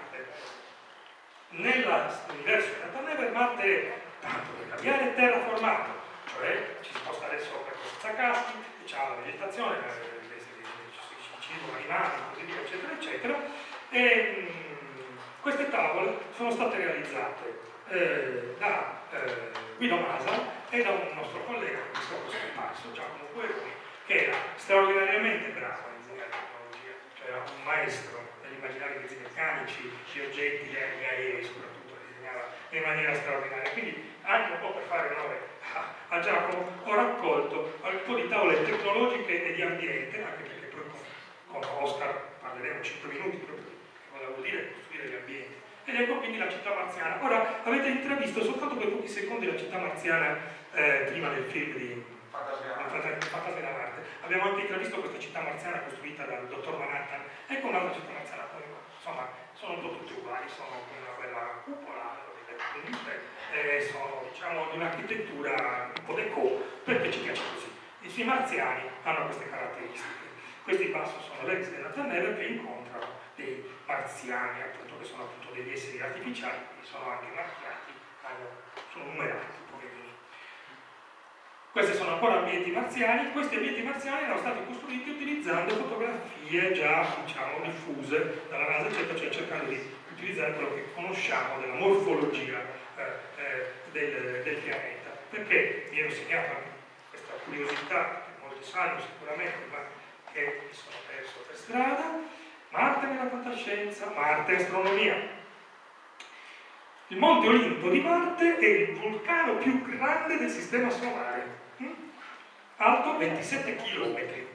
Nell'universo di Nathaniel Marte è, tanto per cambiare, terraformato, cioè ci si può stare sopra senza caschi, c'è la vegetazione, il cibo animale, così via, eccetera, eccetera. E, Queste tavole sono state realizzate eh, da eh, Guido Masa e da un nostro collega che sto scomparso, Giacomo Guerroni, che era straordinariamente bravo a disegnare tecnologia, cioè era un maestro nell'immaginare i mezzi meccanici, gli oggetti, gli aerei soprattutto, li disegnava in maniera straordinaria. Quindi anche un po' per fare onore a, a Giacomo ho raccolto un po' di tavole tecnologiche e di ambiente, anche perché poi con, con Oscar parleremo cinque minuti proprio di cosa vuol dire costruire gli ambienti. Ed ecco quindi la città marziana. Ora avete intravisto soltanto per pochi secondi la città marziana eh, prima del film di Fantasmi da Marte. Abbiamo anche intravisto questa città marziana costruita dal dottor Manhattan. Ecco un'altra città marziana, poi, insomma, sono un po' tutti uguali, sono con una bella cupola, eh, sono diciamo di un'architettura un po' déco, perché ci piace così. I suoi marziani hanno queste caratteristiche. Questi in basso sono l'ex della Tanner che incontrano dei marziani, appunto, che sono appunto degli esseri artificiali, quindi sono anche marchiati, hanno, sono numerati, poverini. Questi sono ancora ambienti marziani. Questi ambienti marziani erano stati costruiti utilizzando fotografie già, diciamo, diffuse dalla NASA, eccetera, cioè cercando di utilizzare quello che conosciamo della morfologia eh, eh, del, del pianeta. Perché mi ero segnato questa curiosità, che molti sanno sicuramente, ma che mi sono perso per strada. Marte nella fantascienza, Marte astronomia. Il Monte Olimpo di Marte è il vulcano più grande del sistema solare, mm? alto ventisette chilometri.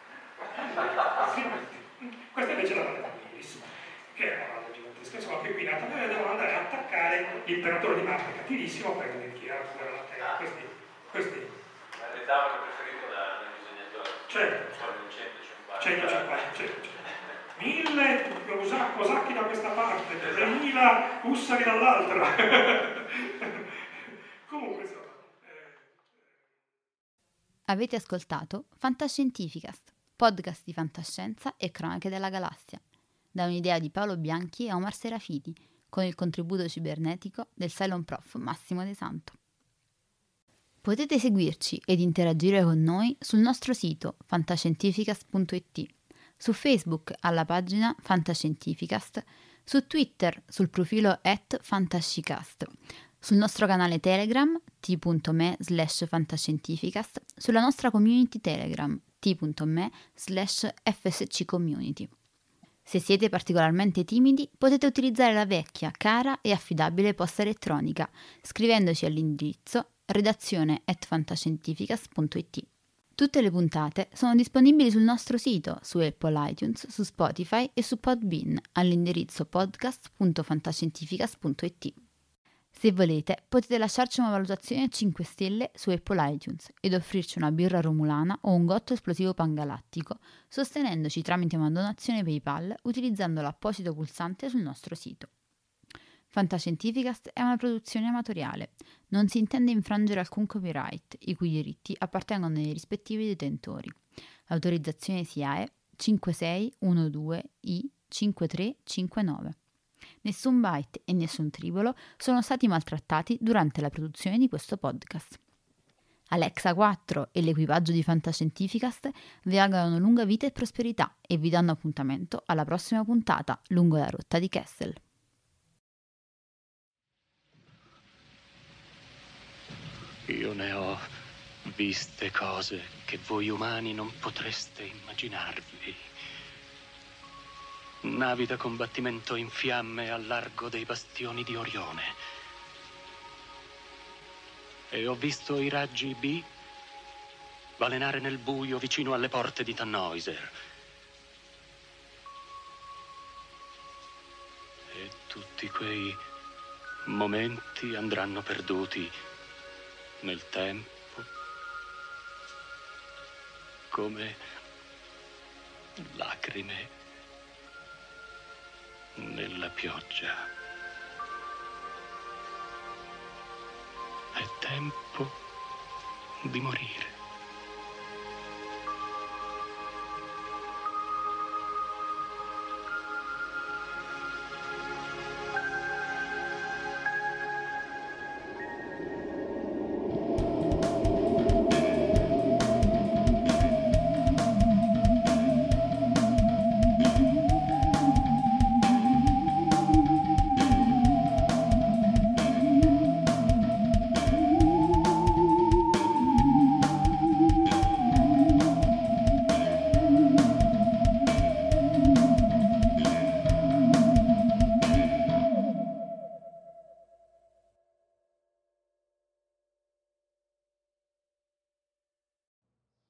Questa invece è la Valla Iris, che è una valla gigantesca, insomma, che qui in alta noi devono andare a attaccare l'imperatore di Marte, cattivissimo, per tirare fuori la Terra. Questi, questi... La metafora preferita da, da disegnatore. Certo. Sono centocinquanta. centocinquanta, certo. Mille cosacchi da questa parte, tremila ussari dall'altra. Comunque insomma. Eh... Avete ascoltato Fantascientificast, podcast di fantascienza e cronache della galassia, da un'idea di Paolo Bianchi e Omar Serafiti, con il contributo cibernetico del Cylon Prof Massimo De Santo. Potete seguirci ed interagire con noi sul nostro sito fantascientificast punto it, su Facebook alla pagina Fantascientificast, su Twitter sul profilo at Fantascicast, sul nostro canale Telegram t.me slash fantascientificast, sulla nostra community Telegram t.me slash fsccommunity. Se siete particolarmente timidi, potete utilizzare la vecchia, cara e affidabile posta elettronica, scrivendoci all'indirizzo redazione at fantascientificast punto it. Tutte le puntate sono disponibili sul nostro sito, su Apple iTunes, su Spotify e su Podbean all'indirizzo podcast punto fantascientificast punto it. Se volete, potete lasciarci una valutazione a cinque stelle su Apple iTunes ed offrirci una birra romulana o un gotto esplosivo pangalattico, sostenendoci tramite una donazione PayPal utilizzando l'apposito pulsante sul nostro sito. Fantascientificast è una produzione amatoriale. Non si intende infrangere alcun copyright, i cui diritti appartengono ai rispettivi detentori. L'autorizzazione S I A E cinque sei uno due I cinque tre cinque nove. Nessun byte e nessun tribolo sono stati maltrattati durante la produzione di questo podcast. Alexa quattro e l'equipaggio di Fantascientificast vi augurano lunga vita e prosperità e vi danno appuntamento alla prossima puntata lungo la rotta di Kessel. Io ne ho viste cose che voi umani non potreste immaginarvi. Navi da combattimento in fiamme al largo dei bastioni di Orione. E ho visto i raggi B balenare nel buio vicino alle porte di Tannhäuser. E tutti quei momenti andranno perduti nel tempo, come lacrime nella pioggia. È tempo di morire.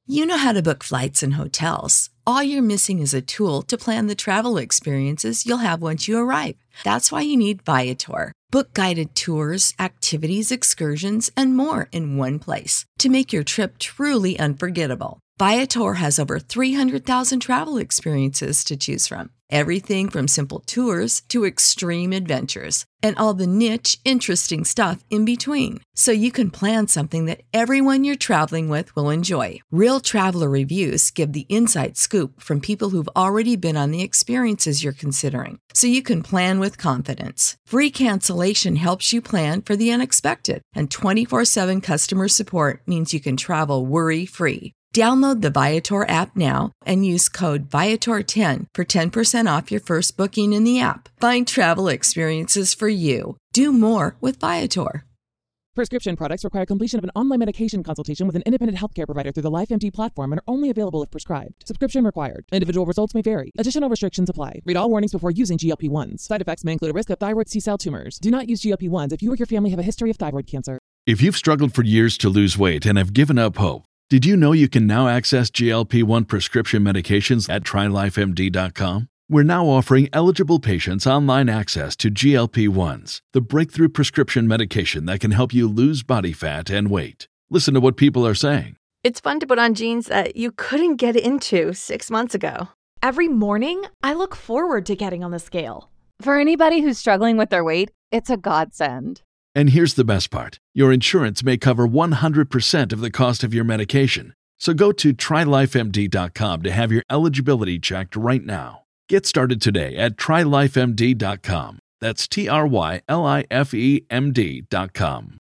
You know how to book flights and hotels. All you're missing is a tool to plan the travel experiences you'll have once you arrive. That's why you need Viator. Book guided tours, activities, excursions, and more in one place to make your trip truly unforgettable. Viator has over three hundred thousand travel experiences to choose from. Everything from simple tours to extreme adventures and all the niche, interesting stuff in between. So you can plan something that everyone you're traveling with will enjoy. Real traveler reviews give the inside scoop from people who've already been on the experiences you're considering. So you can plan with confidence. Free cancellation helps you plan for the unexpected. And twenty-four seven customer support means you can travel worry-free. Download the Viator app now and use code Viator ten for ten percent off your first booking in the app. Find travel experiences for you. Do more with Viator. Prescription products require completion of an online medication consultation with an independent healthcare provider through the LifeMD platform and are only available if prescribed. Subscription required. Individual results may vary. Additional restrictions apply. Read all warnings before using G L P one s. Side effects may include a risk of thyroid C-cell tumors. Do not use G L P one s if you or your family have a history of thyroid cancer. If you've struggled for years to lose weight and have given up hope, did you know you can now access G L P one prescription medications at try life M D dot com? We're now offering eligible patients online access to G L P one s, the breakthrough prescription medication that can help you lose body fat and weight. Listen to what people are saying. It's fun to put on jeans that you couldn't get into six months ago. Every morning, I look forward to getting on the scale. For anybody who's struggling with their weight, it's a godsend. And here's the best part. Your insurance may cover one hundred percent of the cost of your medication. So go to try life M D dot com to have your eligibility checked right now. Get started today at try life M D dot com. That's T R Y L I F E M D dot com.